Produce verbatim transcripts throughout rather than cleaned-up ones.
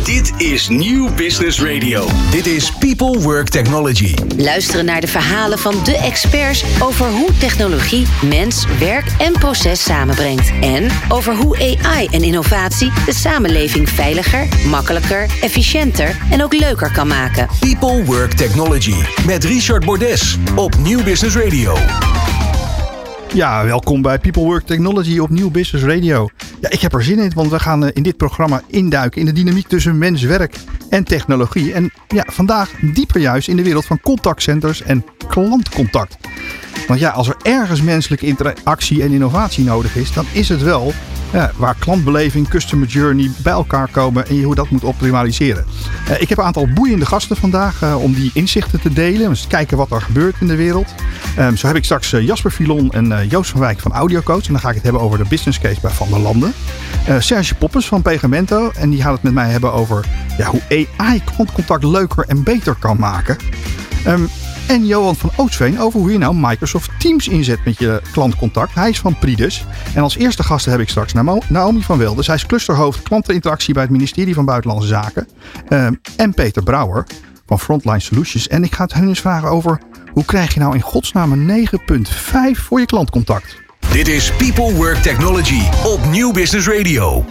Dit is Nieuw Business Radio. Dit is People Work Technology. Luisteren naar de verhalen van de experts over hoe technologie mens, werk en proces samenbrengt. En over hoe A I en innovatie de samenleving veiliger, makkelijker, efficiënter en ook leuker kan maken. People Work Technology met Richard Bordes op Nieuw Business Radio. Ja, welkom bij People Work Technology op Nieuw Business Radio. Ja, ik heb er zin in, want we gaan in dit programma induiken in de dynamiek tussen mens, werk en technologie. En ja, vandaag dieper juist in de wereld van contactcenters en klantcontact. Want ja, als er ergens menselijke interactie en innovatie nodig is, dan is het wel ja, waar klantbeleving, customer journey bij elkaar komen en je hoe dat moet optimaliseren. Uh, ik heb een aantal boeiende gasten vandaag uh, om die inzichten te delen. Dus kijken wat er gebeurt in de wereld. Um, zo heb ik straks uh, Jasper Filon en uh, Joost van Wijk van AudioCoach. En dan ga ik het hebben over de business case bij Van der Landen. Uh, Serge Poppes van Pegamento. En die gaat het met mij hebben over ja, hoe A I klantcontact leuker en beter kan maken. Um, En Johan van Ootsveen over hoe je nou Microsoft Teams inzet met je klantcontact. Hij is van Pridus. En als eerste gasten heb ik straks Naomi van Welde. Zij is clusterhoofd klanteninteractie bij het ministerie van Buitenlandse Zaken. Uh, en Peter Brouwer van Frontline Solutions. En ik ga het hen eens vragen over hoe krijg je nou in godsnaam een negen punt vijf voor je klantcontact. Dit is People Work Technology op Nieuw Business Radio.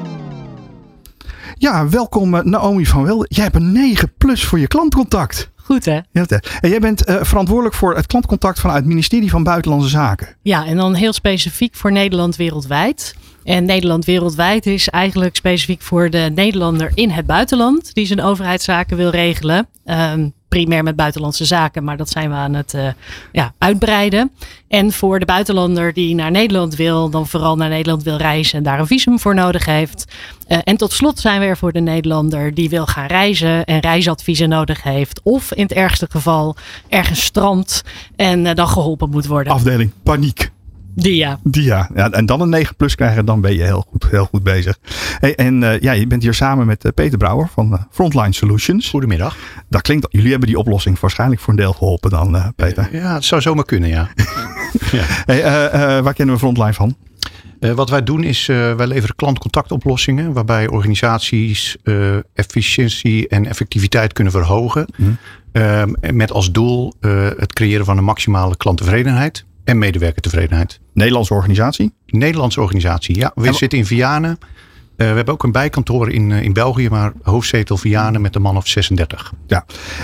Ja, welkom Naomi van Welde. Jij hebt een negen plus voor je klantcontact. Goed, hè? Ja, en jij bent uh, verantwoordelijk voor het klantcontact vanuit het ministerie van Buitenlandse Zaken. Ja, en dan heel specifiek voor Nederland wereldwijd. En Nederland wereldwijd is eigenlijk specifiek voor de Nederlander in het buitenland die zijn overheidszaken wil regelen. Um, primair met buitenlandse zaken, maar dat zijn we aan het uh, ja, uitbreiden. En voor de buitenlander die naar Nederland wil, dan vooral naar Nederland wil reizen en daar een visum voor nodig heeft. Uh, en tot slot zijn we er voor de Nederlander die wil gaan reizen en reisadviezen nodig heeft. Of in het ergste geval ergens strandt en uh, dan geholpen moet worden. Afdeling paniek. Die ja. Die ja. ja. En dan een negen plus krijgen, dan ben je heel goed, heel goed bezig. Hey, en uh, ja, je bent hier samen met uh, Peter Brouwer van uh, Frontline Solutions. Goedemiddag. Dat klinkt, jullie hebben die oplossing waarschijnlijk voor een deel geholpen dan, uh, Peter. Ja, het zou zomaar kunnen, ja. ja. Hey, uh, uh, waar kennen we Frontline van? Uh, wat wij doen is, uh, wij leveren klantcontactoplossingen waarbij organisaties uh, efficiëntie en effectiviteit kunnen verhogen. Mm. Uh, met als doel uh, het creëren van een maximale klanttevredenheid. En medewerkertevredenheid. Nederlandse organisatie? Nederlandse organisatie, ja. We en zitten in Vianen. Uh, we hebben ook een bijkantoor in, uh, in België, maar hoofdzetel Vianen met een man of zesendertig. Ja.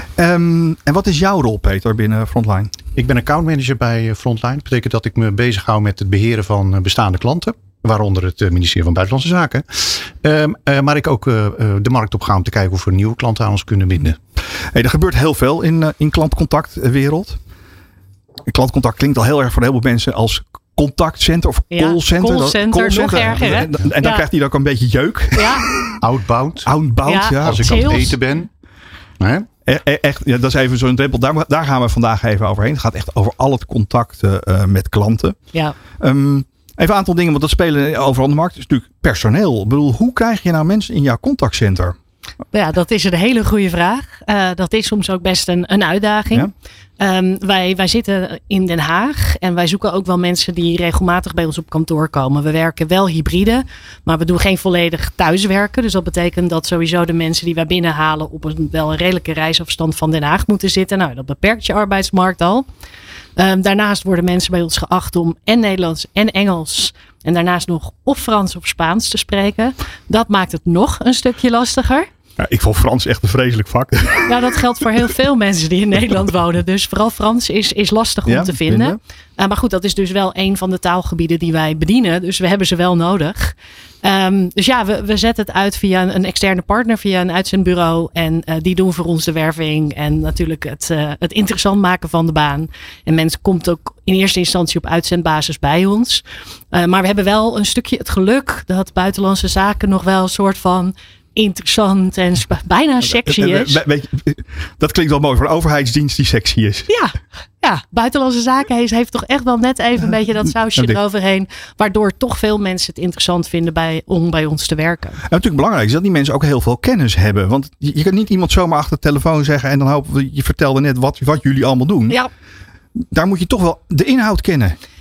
Um, en wat is jouw rol, Peter, binnen Frontline? Ik ben accountmanager bij Frontline. Dat betekent dat ik me bezighoud met het beheren van bestaande klanten. Waaronder het ministerie van Buitenlandse Zaken. Um, uh, maar ik ook uh, de markt op ga om te kijken of we nieuwe klanten aan ons kunnen binden. Hey, er gebeurt heel veel in, uh, in klantcontactwereld. Klantcontact klinkt al heel erg voor heel veel mensen als contactcenter of ja, callcenter. Callcenter, call nog erger, hè? En, en dan ja. krijgt hij ook een beetje jeuk. Ja. Outbound. Outbound, ja. ja. Als ik Sales. aan het eten ben. Hè? E- echt, ja, dat is even zo'n drempel. Daar, daar gaan we vandaag even overheen. Het gaat echt over al het contact uh, met klanten. Ja. Um, even een aantal dingen, want dat spelen overal in de markt. Dat is natuurlijk personeel. Ik bedoel, hoe krijg je nou mensen in jouw contactcenter? Ja, dat is een hele goede vraag. Uh, dat is soms ook best een, een uitdaging. Ja? Um, wij, wij zitten in Den Haag en wij zoeken ook wel mensen die regelmatig bij ons op kantoor komen. We werken wel hybride, maar we doen geen volledig thuiswerken. Dus dat betekent dat sowieso de mensen die wij binnenhalen op een wel een redelijke reisafstand van Den Haag moeten zitten. Nou, dat beperkt je arbeidsmarkt al. Um, daarnaast worden mensen bij ons geacht om en Nederlands en Engels en daarnaast nog of Frans of Spaans te spreken. Dat maakt het nog een stukje lastiger. Ja, ik vond Frans echt een vreselijk vak. Nou, dat geldt voor heel veel mensen die in Nederland wonen. Dus vooral Frans is, is lastig om ja, te vinden. Uh, maar goed, dat is dus wel een van de taalgebieden die wij bedienen. Dus we hebben ze wel nodig. Um, dus ja, we, we zetten het uit via een, een externe partner, via een uitzendbureau. En uh, die doen voor ons de werving en natuurlijk het, uh, het interessant maken van de baan. En mensen komt ook in eerste instantie op uitzendbasis bij ons. Uh, maar we hebben wel een stukje het geluk dat Buitenlandse Zaken nog wel een soort van interessant en sp- bijna sexy is. Weet je, dat klinkt wel mooi voor een overheidsdienst die sexy is. Ja, ja, Buitenlandse Zaken heeft, heeft toch echt wel net even een beetje dat sausje eroverheen. Waardoor toch veel mensen het interessant vinden bij, om bij ons te werken. En natuurlijk belangrijk is dat die mensen ook heel veel kennis hebben. Want je, je kan niet iemand zomaar achter de telefoon zeggen en dan hopen we, je vertelde net wat, wat jullie allemaal doen. Ja. Daar moet je toch wel de inhoud kennen.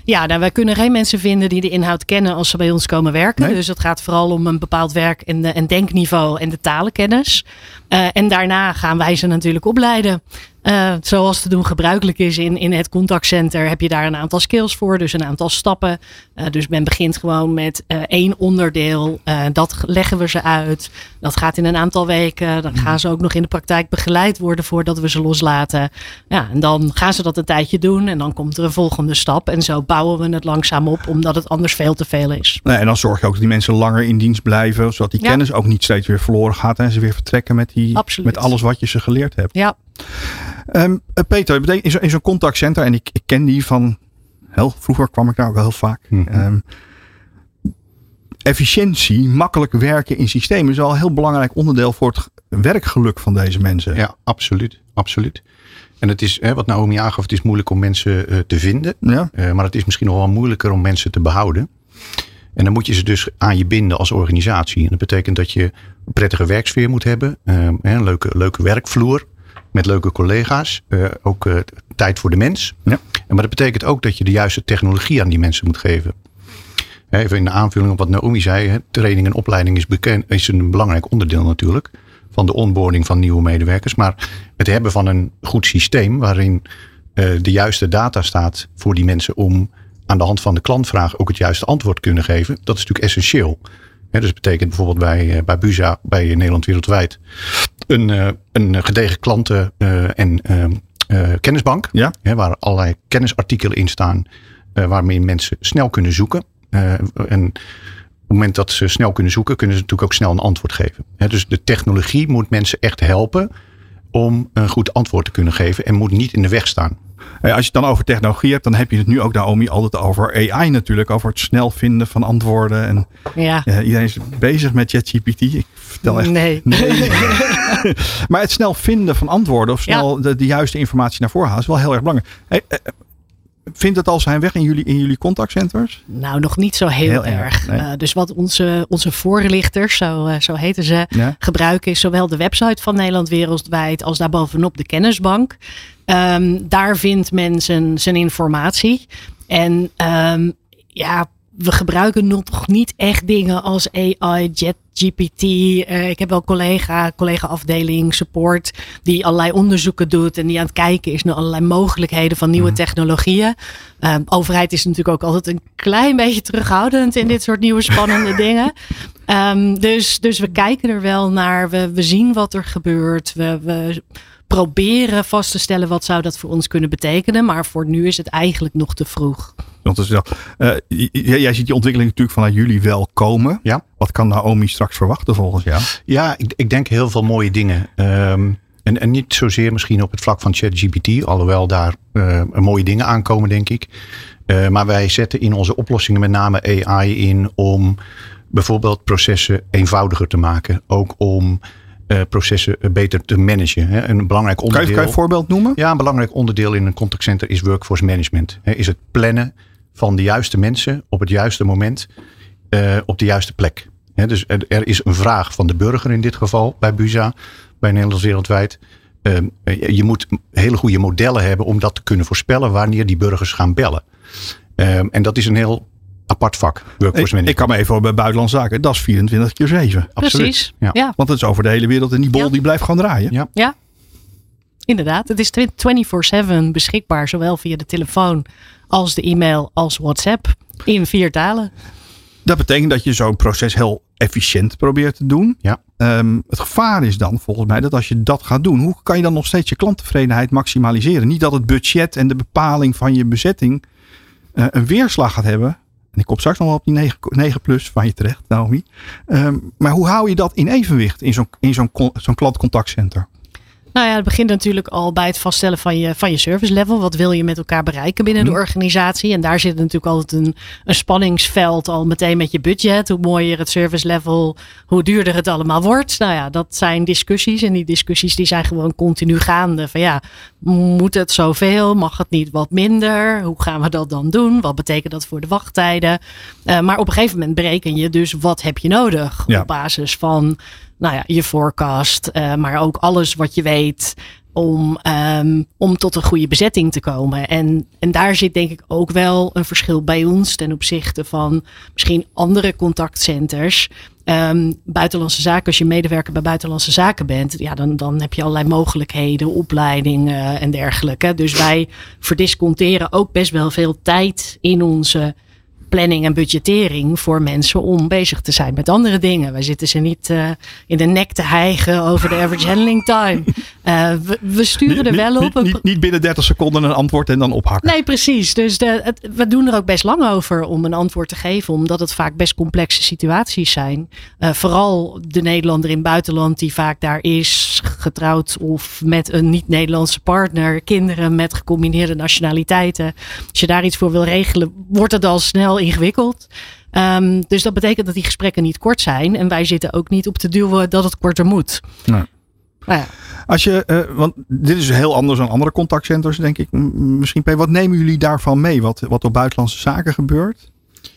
Ja, nou, wij kunnen geen mensen vinden die de inhoud kennen als ze bij ons komen werken. Nee? Dus het gaat vooral om een bepaald werk- en, en denkniveau en de talenkennis. Uh, en daarna gaan wij ze natuurlijk opleiden. Uh, zoals te doen gebruikelijk is in, in het contactcenter heb je daar een aantal skills voor. Dus een aantal stappen. Uh, dus men begint gewoon met uh, één onderdeel. Uh, dat leggen we ze uit. Dat gaat in een aantal weken. Dan gaan ze ook nog in de praktijk begeleid worden voordat we ze loslaten. Ja, en dan gaan ze dat een tijdje doen. En dan komt er een volgende stap. En zo bouwen we het langzaam op. Omdat het anders veel te veel is. Nee, en dan zorg je ook dat die mensen langer in dienst blijven. Zodat die ja. kennis ook niet steeds weer verloren gaat. En ze weer vertrekken met, die, met alles wat je ze geleerd hebt. Ja. Um, Peter, in, zo, in zo'n contactcenter, en ik, ik ken die van, heel, vroeger kwam ik daar ook wel heel vaak. Mm-hmm. Um, efficiëntie, makkelijk werken in systemen is wel een heel belangrijk onderdeel voor het werkgeluk van deze mensen. Ja, absoluut. absoluut. En het is, hè, wat Naomi aangaf, het is moeilijk om mensen uh, te vinden. Ja. Uh, maar het is misschien nog wel moeilijker om mensen te behouden. En dan moet je ze dus aan je binden als organisatie. En dat betekent dat je een prettige werksfeer moet hebben. Uh, een leuke, leuke werkvloer. Met leuke collega's. Uh, ook uh, tijd voor de mens. Ja. En maar dat betekent ook dat je de juiste technologie aan die mensen moet geven. Even in de aanvulling op wat Naomi zei. Hè, training en opleiding is, bekend, is een belangrijk onderdeel natuurlijk. Van de onboarding van nieuwe medewerkers. Maar het hebben van een goed systeem. Waarin uh, de juiste data staat voor die mensen. Om aan de hand van de klantvraag ook het juiste antwoord te kunnen geven. Dat is natuurlijk essentieel. He, dus dat betekent bijvoorbeeld bij, bij Buza, bij Nederland Wereldwijd, een, uh, een gedegen klanten- uh, en uh, uh, kennisbank. Ja. He, waar allerlei kennisartikelen in staan, uh, waarmee mensen snel kunnen zoeken. Uh, en op het moment dat ze snel kunnen zoeken, kunnen ze natuurlijk ook snel een antwoord geven. He, dus de technologie moet mensen echt helpen om een goed antwoord te kunnen geven en moet niet in de weg staan. Als je het dan over technologie hebt, dan heb je het nu ook, Naomi, altijd over A I natuurlijk. Over het snel vinden van antwoorden. En ja. Ja, iedereen is bezig met ChatGPT. Ik vertel echt... Nee. nee. Maar het snel vinden van antwoorden of snel ja. de, de juiste informatie naar voren halen is wel heel erg belangrijk. Hey, vindt het al zijn weg in jullie, in jullie contactcenters? Nou, nog niet zo heel, heel erg. erg nee. uh, dus wat onze, onze voorlichters, zo, uh, zo heten ze, ja. gebruiken is zowel de website van Nederland Wereldwijd als daarbovenop de kennisbank. Um, daar vindt men zijn, zijn informatie. En um, ja, we gebruiken nog niet echt dingen als A I, ChatGPT. Uh, ik heb wel collega, collega-afdeling, support, die allerlei onderzoeken doet en die aan het kijken is naar allerlei mogelijkheden van nieuwe mm. technologieën. Um, overheid is natuurlijk ook altijd een klein beetje terughoudend in dit soort nieuwe spannende dingen. Um, dus, dus we kijken er wel naar. We, we zien wat er gebeurt. We, we proberen vast te stellen wat zou dat voor ons kunnen betekenen. Maar voor nu is het eigenlijk nog te vroeg. Want is wel, uh, jij ziet die ontwikkeling natuurlijk vanuit jullie wel komen. Ja. Wat kan Naomi straks verwachten volgens jou? Ja, ik, ik denk heel veel mooie dingen. Um, en, en niet zozeer misschien op het vlak van ChatGPT. Alhoewel daar uh, mooie dingen aankomen, denk ik. Uh, maar wij zetten in onze oplossingen met name A I in om bijvoorbeeld processen eenvoudiger te maken. Ook om Uh, processen beter te managen. Hè. Een belangrijk onderdeel. Kan je, kan je een voorbeeld noemen? Ja, een belangrijk onderdeel in een contactcenter is workforce management. Hè. Is het plannen van de juiste mensen op het juiste moment uh, op de juiste plek. Hè. Dus er, er is een vraag van de burger in dit geval bij Buza, bij Nederland Wereldwijd. Uh, je moet hele goede modellen hebben om dat te kunnen voorspellen wanneer die burgers gaan bellen. Uh, en dat is een heel apart vak. Ik, ik kan me even bij buitenlandse zaken. Dat is vierentwintig keer zeven. Absoluut. Precies. Ja. Ja. Want het is over de hele wereld en die bol ja. die blijft gewoon draaien. Ja. ja. Inderdaad. Het is vierentwintig zeven beschikbaar. Zowel via de telefoon als de e-mail als WhatsApp. In vier talen. Dat betekent dat je zo'n proces heel efficiënt probeert te doen. Ja. Um, het gevaar is dan volgens mij dat als je dat gaat doen. Hoe kan je dan nog steeds je klanttevredenheid maximaliseren? Niet dat het budget en de bepaling van je bezetting uh, een weerslag gaat hebben. En ik kom straks nog wel op die negen plus van je terecht, Naomi. Um, maar hoe hou je dat in evenwicht in zo'n, in zo'n, zo'n klantcontactcenter? Nou ja, het begint natuurlijk al bij het vaststellen van je, van je service level. Wat wil je met elkaar bereiken binnen hmm. de organisatie? En daar zit natuurlijk altijd een, een spanningsveld al meteen met je budget. Hoe mooier het service level, hoe duurder het allemaal wordt. Nou ja, dat zijn discussies. En die discussies die zijn gewoon continu gaande. Van ja, moet het zoveel? Mag het niet wat minder? Hoe gaan we dat dan doen? Wat betekent dat voor de wachttijden? Uh, maar op een gegeven moment bereken je dus wat heb je nodig? Ja. Op basis van nou ja, je forecast, uh, maar ook alles wat je weet. om, um, om tot een goede bezetting te komen. En, en daar zit denk ik ook wel een verschil bij ons ten opzichte van misschien andere contactcenters. Um, buitenlandse zaken, als je medewerker bij buitenlandse zaken bent, ja, dan, dan heb je allerlei mogelijkheden, opleidingen en dergelijke. Dus wij verdisconteren ook best wel veel tijd in onze planning en budgettering voor mensen om bezig te zijn met andere dingen. Wij zitten ze niet uh, in de nek te hijgen over de average handling time. Uh, we, we sturen er wel op. Niet, niet, niet binnen dertig seconden een antwoord en dan ophakken. Nee, precies. Dus de, het, we doen er ook best lang over om een antwoord te geven. Omdat het vaak best complexe situaties zijn. Uh, vooral de Nederlander in het buitenland die vaak daar is, getrouwd of met een niet-Nederlandse partner. Kinderen met gecombineerde nationaliteiten. Als je daar iets voor wil regelen, wordt het al snel ingewikkeld. Um, dus dat betekent dat die gesprekken niet kort zijn. En wij zitten ook niet op te duwen dat het korter moet. Nee. Nou ja. Als je, uh, want dit is heel anders dan andere contactcenters, denk ik. Misschien, wat nemen jullie daarvan mee? Wat, wat op buitenlandse zaken gebeurt?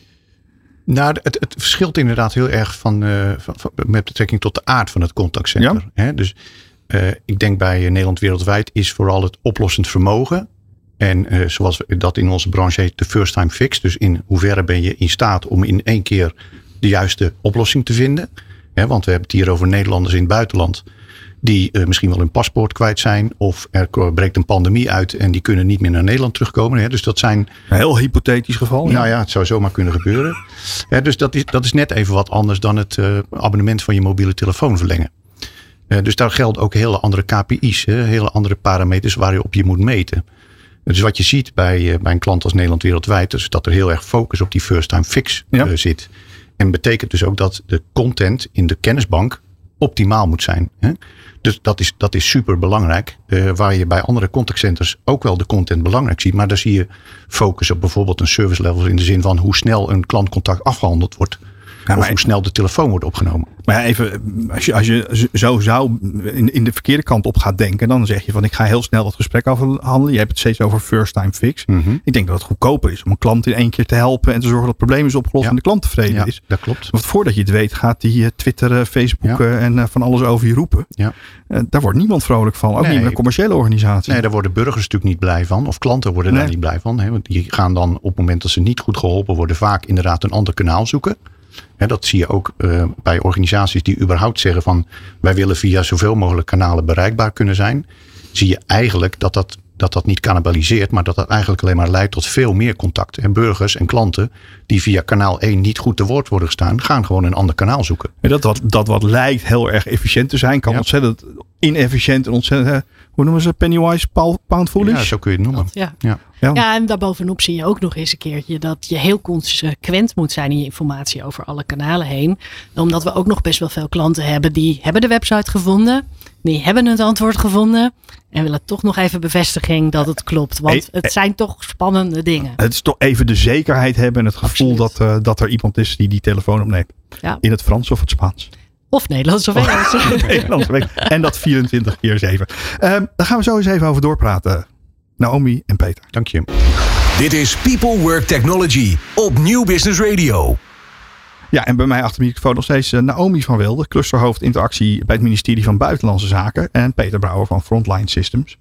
Nou, het, het verschilt inderdaad heel erg van, uh, van, van, met betrekking tot de aard van het contactcenter. Ja? Hè? Dus uh, ik denk bij Nederland Wereldwijd is vooral het oplossend vermogen. En uh, zoals we dat in onze branche heet, de first time fix. Dus in hoeverre ben je in staat om in één keer de juiste oplossing te vinden. Hè, want we hebben het hier over Nederlanders in het buitenland. Die uh, misschien wel hun paspoort kwijt zijn. Of er breekt een pandemie uit en die kunnen niet meer naar Nederland terugkomen. Hè. Dus dat zijn... Een heel hypothetisch geval. Nou ja, ja, het zou zomaar kunnen gebeuren. Hè, dus dat is, dat is net even wat anders dan het uh, abonnement van je mobiele telefoon verlengen. Uh, dus daar gelden ook hele andere K P I's. Hè, hele andere parameters waar je op je moet meten. Dus wat je ziet bij, bij een klant als Nederland Wereldwijd, is dat er heel erg focus op die first time fix ja. uh, zit. En betekent dus ook dat de content in de kennisbank optimaal moet zijn. Hè? Dus dat is, dat is super belangrijk. Uh, waar je bij andere contactcenters ook wel de content belangrijk ziet. Maar daar zie je focus op bijvoorbeeld een service level in de zin van hoe snel een klantcontact afgehandeld wordt. Ja, of hoe snel de telefoon wordt opgenomen. Maar ja, even, als je, als je zo zou in, in de verkeerde kant op gaat denken, dan zeg je van ik ga heel snel dat gesprek afhandelen. Je hebt het steeds over first time fix. Mm-hmm. Ik denk dat het goedkoper is om een klant in één keer te helpen en te zorgen dat het probleem is opgelost ja. en de klant tevreden ja, is. Dat klopt. Want voordat je het weet gaat die uh, twitteren, Facebooken ja. en uh, van alles over je roepen. Ja. Uh, daar wordt niemand vrolijk van. Ook nee. niet met een commerciële organisatie. Nee, daar worden burgers natuurlijk niet blij van. Of klanten worden nee. daar niet blij van. Hè? Want die gaan dan op het moment dat ze niet goed geholpen worden vaak inderdaad een ander kanaal zoeken. He, dat zie je ook uh, bij organisaties die überhaupt zeggen van wij willen via zoveel mogelijk kanalen bereikbaar kunnen zijn. Zie je eigenlijk dat dat, dat, dat niet cannibaliseert, maar dat dat eigenlijk alleen maar leidt tot veel meer contact. En burgers en klanten die via kanaal één niet goed te woord worden gestaan, gaan gewoon een ander kanaal zoeken. En dat wat, dat wat lijkt heel erg efficiënt te zijn, kan ja. ontzettend inefficiënt en ontzettend, hè, hoe noemen ze, pennywise, pound foolish? Ja, zo kun je het noemen. Dat, ja. Ja. Ja. ja, en daarbovenop zie je ook nog eens een keertje dat je heel consequent moet zijn in je informatie over alle kanalen heen. Omdat we ook nog best wel veel klanten hebben die hebben de website gevonden. Die hebben het antwoord gevonden. En willen toch nog even bevestiging dat het klopt. Want het zijn toch spannende dingen. Het is toch even de zekerheid hebben en het gevoel dat, uh, dat er iemand is die die telefoon opneemt. Ja. In het Frans of het Spaans. Of Nederlands of Engels. Nederlands. En dat vierentwintig keer zeven. Um, daar gaan we zo eens even over doorpraten. Naomi en Peter. Dank je. Dit is People Work Technology op Nieuw Business Radio. Ja, en bij mij achter de microfoon nog steeds Naomi van Wilde, clusterhoofd interactie bij het ministerie van Buitenlandse Zaken. En Peter Brouwer van Frontline Systems.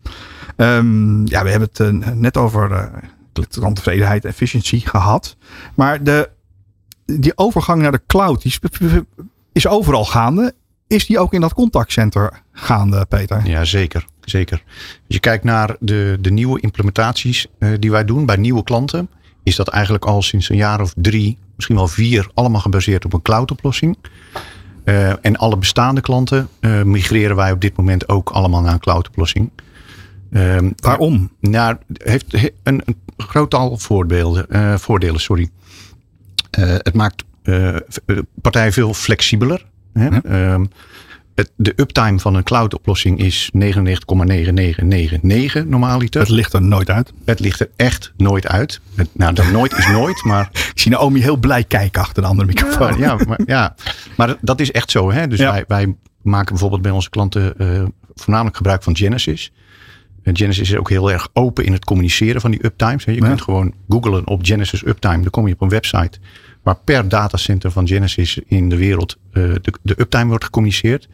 Um, ja, we hebben het uh, net over uh, klanttevredenheid en efficiëntie gehad. Maar de, die overgang naar de cloud die is overal gaande. Is die ook in dat contactcenter gaande, Peter? Ja, zeker. zeker. Als je kijkt naar de, de nieuwe implementaties uh, die wij doen bij nieuwe klanten, is dat eigenlijk al sinds een jaar of drie, misschien wel vier, allemaal gebaseerd op een cloudoplossing. Uh, en alle bestaande klanten uh, migreren wij op dit moment ook allemaal naar een cloudoplossing. Uh, Waarom? Nou, heeft een, een groot aantal voorbeelden, uh, voordelen. Sorry. Uh, het maakt uh, partijen veel flexibeler. Hè? Ja. Um, het, de uptime van een cloud-oplossing is negenennegentig komma negen negen negen negen normaaliter. Het ligt er nooit uit. Het ligt er echt nooit uit. Het, nou, dat nooit is nooit, maar... Ik zie Naomi heel blij kijken achter de andere microfoon. Ja, ja, maar, ja. maar dat is echt zo. Hè? Dus ja. wij, wij maken bijvoorbeeld bij onze klanten uh, voornamelijk gebruik van Genesys. Uh, Genesys is ook heel erg open in het communiceren van die uptimes. Hè? Je ja. kunt gewoon googlen op Genesys uptime. Dan kom je op een website waar per datacenter van Genesys in de wereld uh, de, de uptime wordt gecommuniceerd.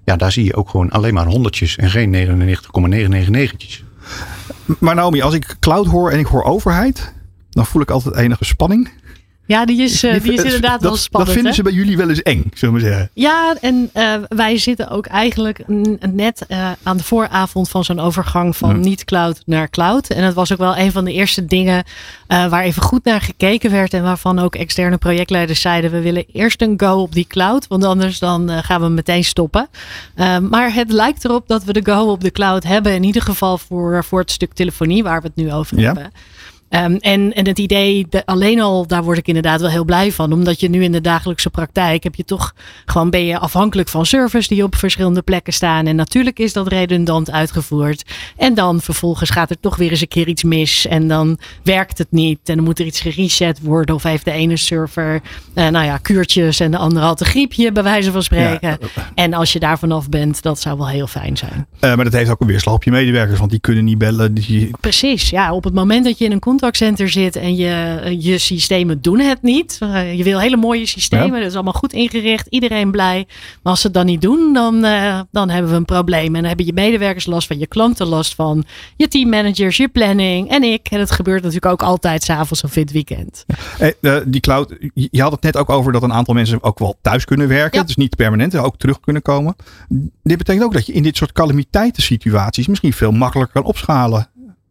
Ja, daar zie je ook gewoon alleen maar honderdjes en geen negenennegentig komma negenhonderdnegenennegentig's. Maar Naomi, als ik cloud hoor en ik hoor overheid, dan voel ik altijd enige spanning. Ja, die is, uh, die is inderdaad dat, wel spannend. Dat vinden hè? ze bij jullie wel eens eng, zullen we zeggen. Ja, en uh, wij zitten ook eigenlijk n- net uh, aan de vooravond van zo'n overgang van hmm. niet cloud naar cloud. En het was ook wel een van de eerste dingen uh, waar even goed naar gekeken werd. En waarvan ook externe projectleiders zeiden, we willen eerst een go op die cloud. Want anders dan uh, gaan we meteen stoppen. Uh, maar het lijkt erop dat we de go op de cloud hebben. In ieder geval voor, voor het stuk telefonie waar we het nu over ja. hebben. Um, en, en het idee, de, alleen al, daar word ik inderdaad wel heel blij van. Omdat je nu in de dagelijkse praktijk heb je toch gewoon ben je afhankelijk van servers die op verschillende plekken staan. En natuurlijk is dat redundant uitgevoerd. En dan vervolgens gaat er toch weer eens een keer iets mis. En dan werkt het niet. En dan moet er iets gereset worden. Of heeft de ene server, uh, nou ja, kuurtjes en de andere had een griepje, bij wijze van spreken. Ja. En als je daar vanaf bent, dat zou wel heel fijn zijn. Uh, maar dat heeft ook een weerslag op je medewerkers, want die kunnen niet bellen. Die... Precies, ja. Op het moment dat je in een contactcenter zit en je, je systemen doen het niet. Uh, je wil hele mooie systemen, ja. Dat is allemaal goed ingericht, iedereen blij. Maar als ze het dan niet doen, dan, uh, dan hebben we een probleem. En dan hebben je medewerkers last van, je klanten last van, je teammanagers, je planning en ik. En het gebeurt natuurlijk ook altijd 's avonds of in het weekend. Hey, uh, die cloud, je had het net ook over dat een aantal mensen ook wel thuis kunnen werken. Ja. Dus niet permanent, ook terug kunnen komen. Dit betekent ook dat je in dit soort calamiteitensituaties misschien veel makkelijker kan opschalen.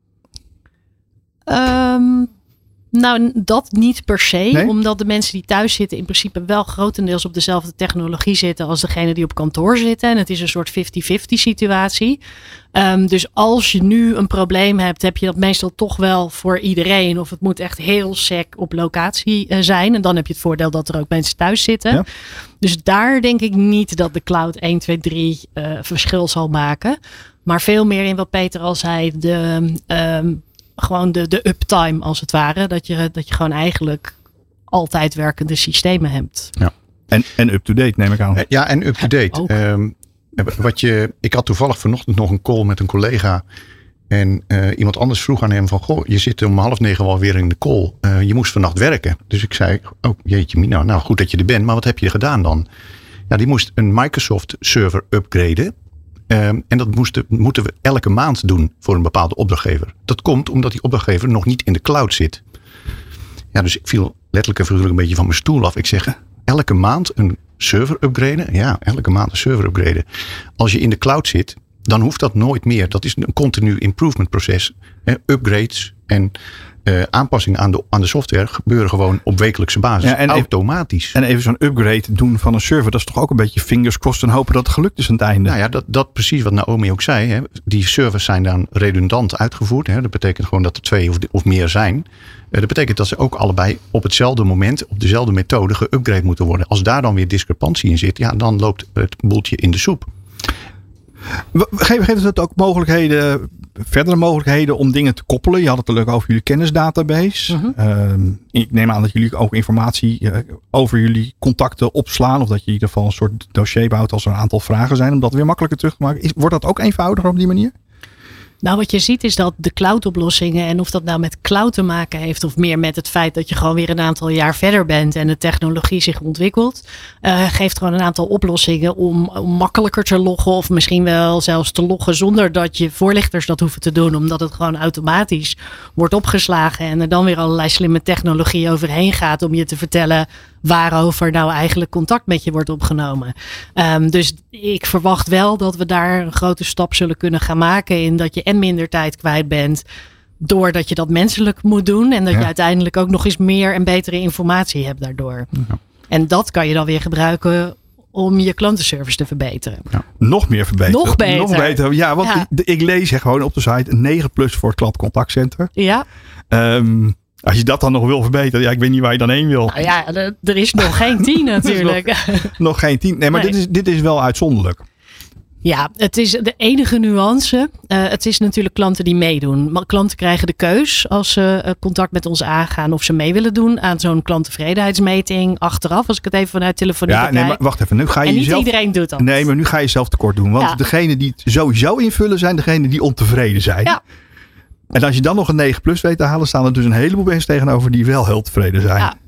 Um, nou, dat niet per se. Nee? Omdat de mensen die thuis zitten in principe wel grotendeels op dezelfde technologie zitten als degene die op kantoor zitten. En het is een soort vijftig vijftig situatie. Um, dus als je nu een probleem hebt, heb je dat meestal toch wel voor iedereen. Of het moet echt heel sec op locatie uh, zijn. En dan heb je het voordeel dat er ook mensen thuis zitten. Ja. Dus daar denk ik niet dat de cloud één, twee, drie uh, verschil zal maken. Maar veel meer in wat Peter al zei, de... Um, Gewoon de, de uptime als het ware. Dat je, dat je gewoon eigenlijk altijd werkende systemen hebt. Ja. En, en up-to-date neem ik aan. Ja, en up-to-date. Ja, um, wat je, ik had toevallig vanochtend nog een call met een collega. En uh, iemand anders vroeg aan hem van... Goh, je zit om half negen wel weer in de call. Uh, je moest vannacht werken. Dus ik zei, oh jeetje mina, nou goed dat je er bent. Maar wat heb je gedaan dan? Ja, die moest een Microsoft server upgraden. Um, en dat moesten, moeten we elke maand doen voor een bepaalde opdrachtgever. Dat komt omdat die opdrachtgever nog niet in de cloud zit. Ja, dus ik viel letterlijk en figuurlijk een beetje van mijn stoel af. Ik zeg, elke maand een server upgraden? Ja, elke maand een server upgraden. Als je in de cloud zit, dan hoeft dat nooit meer. Dat is een continu improvement proces. Hè, upgrades en uh, aanpassingen aan de, aan de software gebeuren gewoon op wekelijkse basis. Ja, en automatisch. Even, en even zo'n upgrade doen van een server, dat is toch ook een beetje fingers crossed en hopen dat het gelukt is aan het einde. Nou ja, dat, dat precies wat Naomi ook zei. Hè. Die servers zijn dan redundant uitgevoerd. Hè. Dat betekent gewoon dat er twee of, of meer zijn. Uh, dat betekent dat ze ook allebei op hetzelfde moment, op dezelfde methode geupgrade moeten worden. Als daar dan weer discrepantie in zit, ja, dan loopt het boeltje in de soep. Geeft geef het ook mogelijkheden, verdere mogelijkheden om dingen te koppelen? Je had het leuk over jullie kennisdatabase. Uh-huh. Uh, ik neem aan dat jullie ook informatie uh, over jullie contacten opslaan. Of dat je in ieder geval een soort dossier bouwt als er een aantal vragen zijn. Om dat weer makkelijker terug te maken. Is, wordt dat ook eenvoudiger op die manier? Nou, wat je ziet is dat de cloud-oplossingen, en of dat nou met cloud te maken heeft of meer met het feit dat je gewoon weer een aantal jaar verder bent en de technologie zich ontwikkelt, uh, geeft gewoon een aantal oplossingen om, om makkelijker te loggen of misschien wel zelfs te loggen zonder dat je voorlichters dat hoeven te doen, omdat het gewoon automatisch wordt opgeslagen en er dan weer allerlei slimme technologie overheen gaat om je te vertellen waarover nou eigenlijk contact met je wordt opgenomen. Um, dus ik verwacht wel dat we daar een grote stap zullen kunnen gaan maken in dat je en minder tijd kwijt bent doordat je dat menselijk moet doen en dat ja. je uiteindelijk ook nog eens meer en betere informatie hebt daardoor. Ja. En dat kan je dan weer gebruiken om je klantenservice te verbeteren. Ja. Nog meer verbeteren. Nog beter. Nog beter. Ja, want ja. Ik, ik lees hè, gewoon op de site een negen plus voor het klantcontactcenter. Ja. Um, Als je dat dan nog wil verbeteren, ja, ik weet niet waar je dan heen wil. Nou ja, er is nog geen tien natuurlijk. nog, nog geen tien. Nee, maar nee. Dit, is, dit is wel uitzonderlijk. Ja, het is de enige nuance. Uh, het is natuurlijk klanten die meedoen. Maar klanten krijgen de keus als ze uh, contact met ons aangaan of ze mee willen doen aan zo'n klanttevredenheidsmeting achteraf. Als ik het even vanuit telefonie ja, bekijk. Nee, maar wacht even. Nu ga je en niet jezelf, iedereen doet dat. Nee, maar nu ga je zelf tekort doen. Want ja. degenen die het sowieso invullen zijn degenen die ontevreden zijn. Ja. En als je dan nog een negen plus weet te halen, staan er dus een heleboel mensen tegenover die wel heel tevreden zijn. Ja.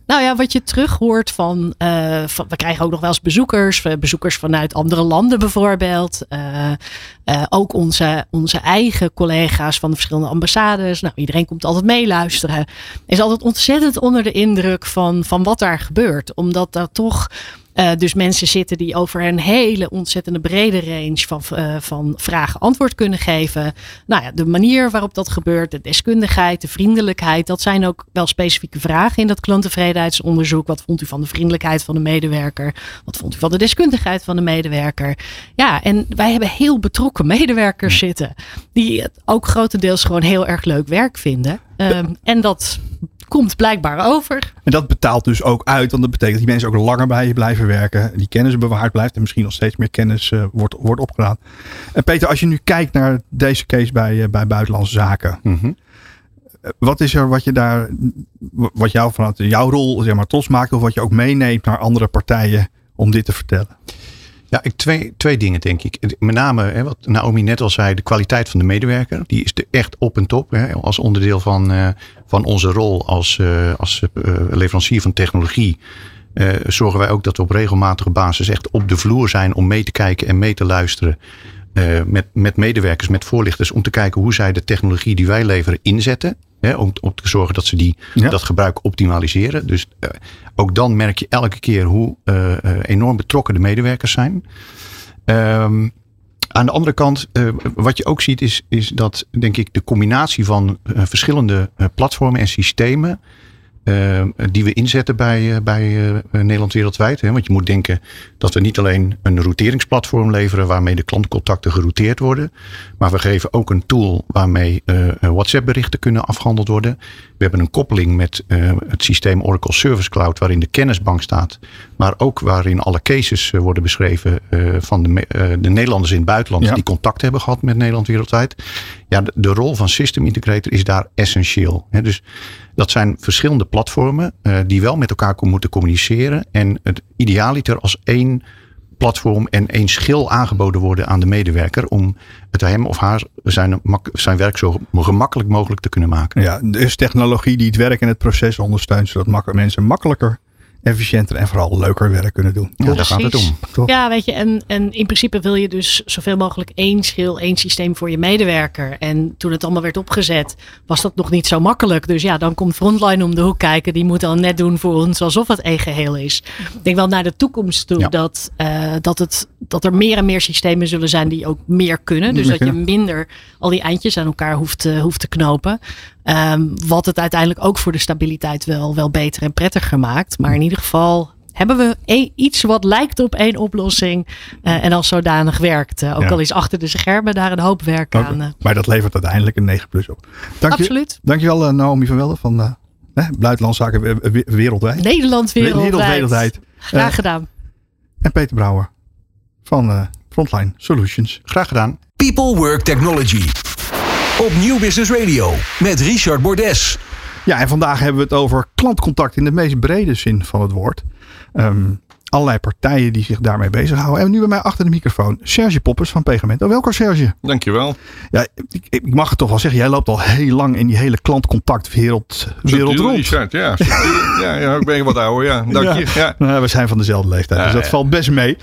Nou ja, wat je terug hoort van, uh, van... We krijgen ook nog wel eens bezoekers. Bezoekers vanuit andere landen bijvoorbeeld. Uh, uh, ook onze, onze eigen collega's van de verschillende ambassades. Nou, iedereen komt altijd meeluisteren. Is altijd ontzettend onder de indruk van, van wat daar gebeurt. Omdat daar toch... Uh, dus mensen zitten die over een hele ontzettende brede range van, uh, van vragen antwoord kunnen geven. Nou ja, de manier waarop dat gebeurt, de deskundigheid, de vriendelijkheid. Dat zijn ook wel specifieke vragen in dat klanttevredenheidsonderzoek. Wat vond u van de vriendelijkheid van de medewerker? Wat vond u van de deskundigheid van de medewerker? Ja, en wij hebben heel betrokken medewerkers zitten. Die het ook grotendeels gewoon heel erg leuk werk vinden. Um, en dat... komt blijkbaar over. En dat betaalt dus ook uit. Want dat betekent dat die mensen ook langer bij je blijven werken. Die kennis bewaard blijft. En misschien nog steeds meer kennis uh, wordt, wordt opgedaan. En Peter, als je nu kijkt naar deze case bij, uh, bij Buitenlandse Zaken. Mm-hmm. Wat is er wat je daar, wat jou vanuit jouw rol zeg maar, trots maakt. Of wat je ook meeneemt naar andere partijen om dit te vertellen? Ja, ik, twee, twee dingen denk ik. Met name, hè, wat Naomi net al zei, de kwaliteit van de medewerker. Die is er echt op en top. Hè, als onderdeel van, uh, van onze rol als, uh, als uh, leverancier van technologie. Uh, zorgen wij ook dat we op regelmatige basis echt op de vloer zijn om mee te kijken en mee te luisteren. Uh, met, met medewerkers, met voorlichters. Om te kijken hoe zij de technologie die wij leveren inzetten. Hè, om, om te zorgen dat ze die, ja. dat gebruik optimaliseren. Dus uh, ook dan merk je elke keer hoe uh, uh, enorm betrokken de medewerkers zijn. Um, aan de andere kant, uh, wat je ook ziet is, is dat denk ik de combinatie van uh, verschillende uh, platformen en systemen. Uh, die we inzetten bij, uh, bij uh, Nederland Wereldwijd. Hè? Want je moet denken dat we niet alleen een routeringsplatform leveren waarmee de klantcontacten gerouteerd worden. Maar we geven ook een tool waarmee uh, WhatsApp berichten kunnen afgehandeld worden. We hebben een koppeling met uh, het systeem Oracle Service Cloud waarin de kennisbank staat. Maar ook waarin alle cases uh, worden beschreven uh, van de, uh, de Nederlanders in het buitenland ja. die contact hebben gehad met Nederland Wereldwijd. Ja, de, de rol van System Integrator is daar essentieel. Hè? Dus dat zijn verschillende platformen uh, die wel met elkaar moeten communiceren. En het idealiter als één platform en één schil aangeboden worden aan de medewerker. Om het hem of haar zijn, zijn werk zo gemakkelijk mogelijk te kunnen maken. Ja, dus technologie die het werk en het proces ondersteunt. Zodat mak- mensen makkelijker, efficiënter en vooral leuker werk kunnen doen. Ja, daar gaat het om. Toch? Ja, weet je, en, en in principe wil je dus zoveel mogelijk één schil, één systeem voor je medewerker. En toen het allemaal werd opgezet, was dat nog niet zo makkelijk. Dus ja, dan komt Frontline om de hoek kijken. Die moet dan net doen voor ons alsof het één geheel is. Ik denk wel naar de toekomst toe ja. dat, uh, dat, het, dat er meer en meer systemen zullen zijn die ook meer kunnen. Dus dat je minder al die eindjes aan elkaar hoeft, uh, hoeft te knopen. Um, wat het uiteindelijk ook voor de stabiliteit wel, wel beter en prettiger maakt. Maar in ieder geval hebben we een, iets wat lijkt op één oplossing. Uh, en als zodanig werkt. Uh, ook ja. al is achter de schermen daar een hoop werk okay. aan. Uh. Maar dat levert uiteindelijk een negen plus op. Dank Absoluut. Je, dankjewel uh, Naomi van Welden van uh, eh, Buitenlandse Zaken uh, Wereldwijd. Nederland Wereldwijd. Wereld, wereldwijd. Graag uh, gedaan. En Peter Brouwer van uh, Frontline Solutions. Graag gedaan. People Work Technology. Op Nieuw Business Radio met Richard Bordes. Ja, en vandaag hebben we het over klantcontact in de meest brede zin van het woord. Um, allerlei partijen die zich daarmee bezighouden. En nu bij mij achter de microfoon Serge Poppers van Pegamento. Welkom Serge. Dankjewel. Ja, ik, ik mag het toch wel zeggen. Jij loopt al heel lang in die hele klantcontactwereld wereld rond. Richard, ja, ja, ja, ik ben wat ouder. Ja, dank ja. je. Ja. Nou, we zijn van dezelfde leeftijd, ja, dus dat ja. valt best mee.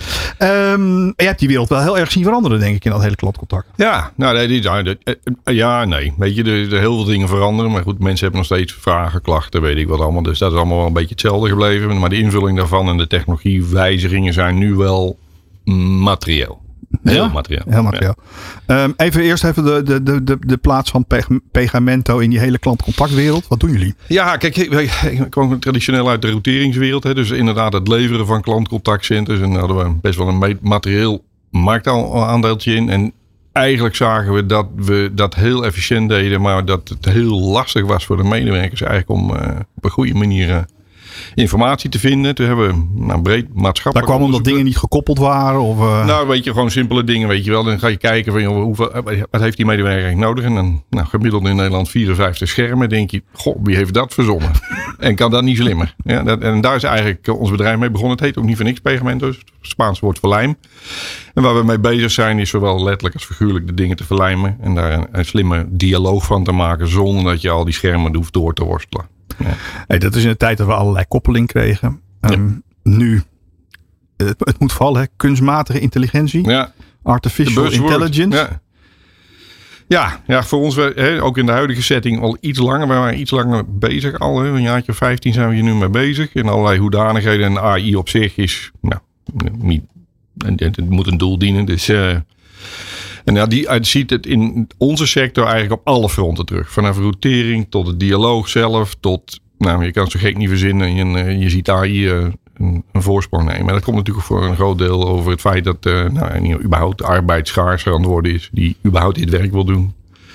Um, je hebt die wereld wel heel erg zien veranderen, denk ik, in dat hele klantcontact. Ja, nou, nee, die, ja, ja, nee. Weet je, er, er heel veel dingen veranderen. Maar goed, mensen hebben nog steeds vragen, klachten, weet ik wat allemaal. Dus dat is allemaal wel een beetje hetzelfde gebleven. Maar de invulling daarvan en de technologiewijzigingen zijn nu wel materieel. Heel ja, materieel. Heel materieel. Ja. Um, even eerst even de, de, de, de, de plaats van Pegamento in die hele klantcontactwereld. Wat doen jullie? Ja, kijk, ik, ik kwam traditioneel uit de routeringswereld. Hè, dus inderdaad het leveren van klantcontactcenters. En daar hadden we best wel een materieel marktaandeeltje in. En eigenlijk zagen we dat we dat heel efficiënt deden. Maar dat het heel lastig was voor de medewerkers eigenlijk om uh, op een goede manier uh, informatie te vinden. Toen hebben we nou, breed maatschappelijk... Daar kwam omdat dingen niet gekoppeld waren? Of, uh... Nou, weet je, gewoon simpele dingen, weet je wel. Dan ga je kijken van, joh, hoeveel, wat heeft die medewerker eigenlijk nodig? En dan, nou, gemiddeld in Nederland vierenvijftig schermen. Denk je, goh, wie heeft dat verzonnen? En kan dat niet slimmer? Ja, dat, en daar is eigenlijk ons bedrijf mee begonnen. Het heet ook niet voor niks Pegamento, dus het Spaans woord voor lijm. En waar we mee bezig zijn is zowel letterlijk als figuurlijk de dingen te verlijmen. En daar een, een slimme dialoog van te maken zonder dat je al die schermen hoeft door te worstelen. ja. Hey, dat is in de tijd dat we allerlei koppeling kregen. Um, ja. Nu, het, het moet vallen, hè? Kunstmatige intelligentie. Ja. Artificial intelligence. Ja. Ja, ja, voor ons, hè, ook in de huidige setting, al iets langer. We waren iets langer bezig al. Hè, een jaartje of vijftien zijn we hier nu mee bezig. In allerlei hoedanigheden. En A I op zich is, nou, niet, het moet een doel dienen. Dus, uh, en ja, die ziet het in onze sector eigenlijk op alle fronten terug. Vanaf routering tot het dialoog zelf, tot, nou, je kan het zo gek niet verzinnen. Je, je ziet A I uh, een, een voorsprong nemen. En dat komt natuurlijk voor een groot deel over het feit dat uh, nou, überhaupt de arbeid schaarser aan het worden is. Die überhaupt dit werk wil doen.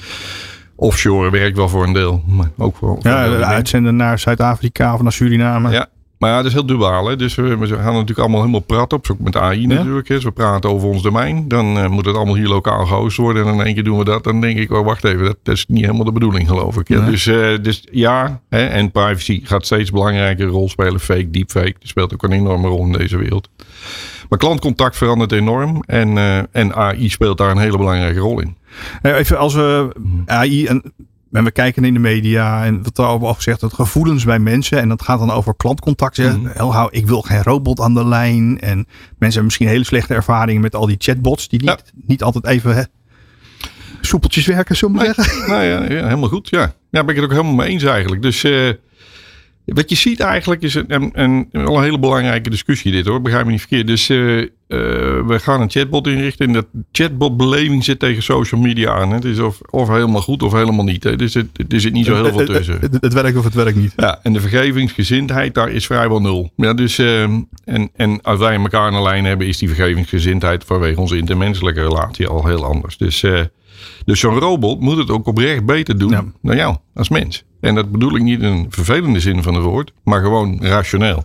Offshore werkt wel voor een deel. Maar ook voor, voor ja, uitzenden naar Zuid-Afrika of naar Suriname. Ja, maar ja, dat is heel duaal. Hè? Dus we, we gaan natuurlijk allemaal helemaal praten op. Ook met A I ja? natuurlijk. Hè? Dus we praten over ons domein. Dan uh, moet het allemaal hier lokaal gehost worden. En in één keer doen we dat. Dan denk ik, oh wacht even. Dat, dat is niet helemaal de bedoeling, geloof ik. Ja? Nee. Dus, uh, dus ja, hè? En privacy gaat steeds belangrijker rol spelen. Fake, deepfake. Dat speelt ook een enorme rol in deze wereld. Maar klantcontact verandert enorm. En, uh, en A I speelt daar een hele belangrijke rol in. Even als we A I en, en we kijken in de media en wat er al gezegd, het gevoelens bij mensen en dat gaat dan over klantcontact. Mm. Heel, ik wil geen robot aan de lijn en mensen hebben misschien hele slechte ervaringen met al die chatbots die niet, ja. niet altijd even hè, soepeltjes werken, zullen we nee, zeggen. Nou ja, ja, helemaal goed. Ja. Ja, ben ik het ook helemaal mee eens eigenlijk. Dus uh, wat je ziet eigenlijk is een, een, een, een hele belangrijke discussie dit hoor. Begrijp me niet verkeerd. Dus uh, uh, we gaan een chatbot inrichten. En dat chatbotbeleving zit tegen social media aan. Hè. Het is of, of helemaal goed of helemaal niet. Hè. Dus het, er zit niet zo heel veel tussen. Het, het, het werkt of het werkt niet. Ja, en de vergevingsgezindheid daar is vrijwel nul. Ja, dus, uh, en, en als wij elkaar aan de lijn hebben is die vergevingsgezindheid vanwege onze intermenselijke relatie al heel anders. Dus, uh, dus zo'n robot moet het ook oprecht beter doen ja. dan jou als mens. En dat bedoel ik niet in een vervelende zin van het woord, maar gewoon rationeel.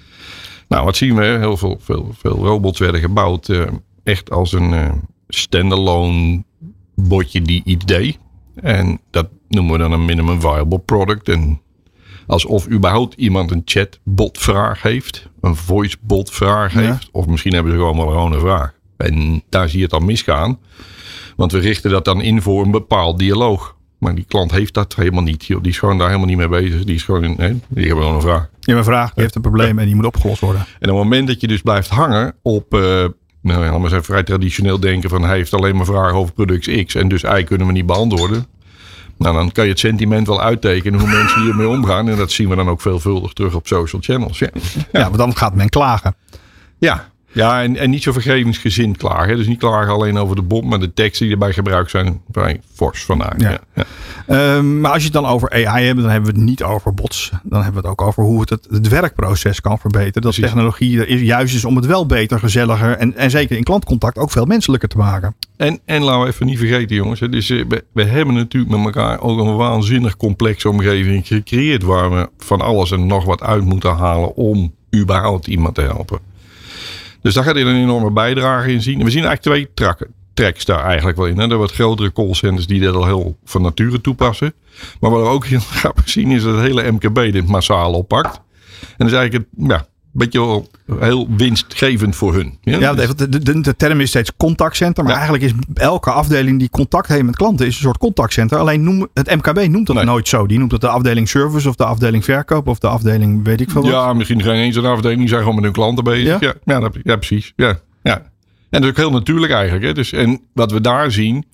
Nou, wat zien we? Heel veel, veel, veel robots werden gebouwd uh, echt als een uh, standalone botje die iets deed. En dat noemen we dan een minimum viable product. En alsof überhaupt iemand een chatbot-vraag heeft, een voicebot-vraag ja. heeft, of misschien hebben ze gewoon wel gewoon een vraag. En daar zie je het dan misgaan, want we richten dat dan in voor een bepaald dialoog. Maar die klant heeft dat helemaal niet. Die is gewoon daar helemaal niet mee bezig. Die is gewoon in, nee, die hebben gewoon een vraag. Je hebt een vraag, die heeft een probleem en die moet opgelost worden. En op het moment dat je dus blijft hangen op, uh, nou ja, maar zijn vrij traditioneel denken van hij heeft alleen maar vragen over product X en dus Y kunnen we niet beantwoorden. Nou, dan kan je het sentiment wel uittekenen hoe mensen hiermee omgaan. En dat zien we dan ook veelvuldig terug op social channels. Ja, ja want dan gaat men klagen. Ja. Ja, en, en niet zo vergevingsgezind klagen. Hè. Dus niet klagen alleen over de bot, maar de teksten die erbij gebruikt zijn vrij fors vandaag. Ja. Ja, ja. Um, maar als je het dan over A I hebt, dan hebben we het niet over bots. Dan hebben we het ook over hoe het het, het werkproces kan verbeteren. Dat Precies. technologie er juist is om het wel beter, gezelliger en, en zeker in klantcontact ook veel menselijker te maken. En, en laten we even niet vergeten jongens. Hè, dus, we, we hebben natuurlijk met elkaar ook een waanzinnig complexe omgeving gecreëerd. Waar we van alles en nog wat uit moeten halen om überhaupt iemand te helpen. Dus daar gaat hij een enorme bijdrage in zien. En we zien eigenlijk twee trakken, tracks daar eigenlijk wel in. Hè. Er wat grotere callcenters die dat al heel van nature toepassen. Maar wat we ook heel grappig zien is dat het hele M K B dit massaal oppakt. En dat is eigenlijk een ja, beetje wel heel winstgevend voor hun. Ja, ja de, de, de, de term is steeds contactcenter. Maar ja. eigenlijk is elke afdeling die contact heeft met klanten is een soort contactcenter. Alleen noem, het M K B noemt dat nee. nooit zo. Die noemt het de afdeling service of de afdeling verkoop of de afdeling weet ik veel wat. Ja, misschien geen eens een afdeling. Die zijn gewoon met hun klanten bezig. Ja, ja, ja, dat, ja precies. Ja, ja. En dat is ook heel natuurlijk eigenlijk. Hè. Dus, en wat we daar zien.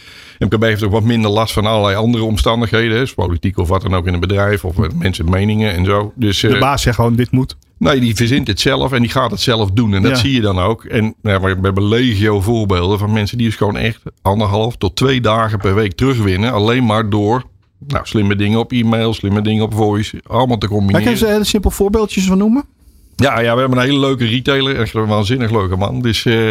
M K B heeft ook wat minder last van allerlei andere omstandigheden. Hè, politiek of wat dan ook in een bedrijf. Of mensen meningen en zo. Dus, de baas zegt gewoon dit moet. Nee, die verzint het zelf en die gaat het zelf doen. En dat ja. zie je dan ook. En nou, we hebben legio voorbeelden van mensen die dus gewoon echt anderhalf tot twee dagen per week terugwinnen. Alleen maar door nou, slimme dingen op e-mail, slimme dingen op voice. Allemaal te combineren. Kan je eens hele simpel voorbeeldjes van noemen? Ja, ja, we hebben een hele leuke retailer. Echt een waanzinnig leuke man. Dus uh,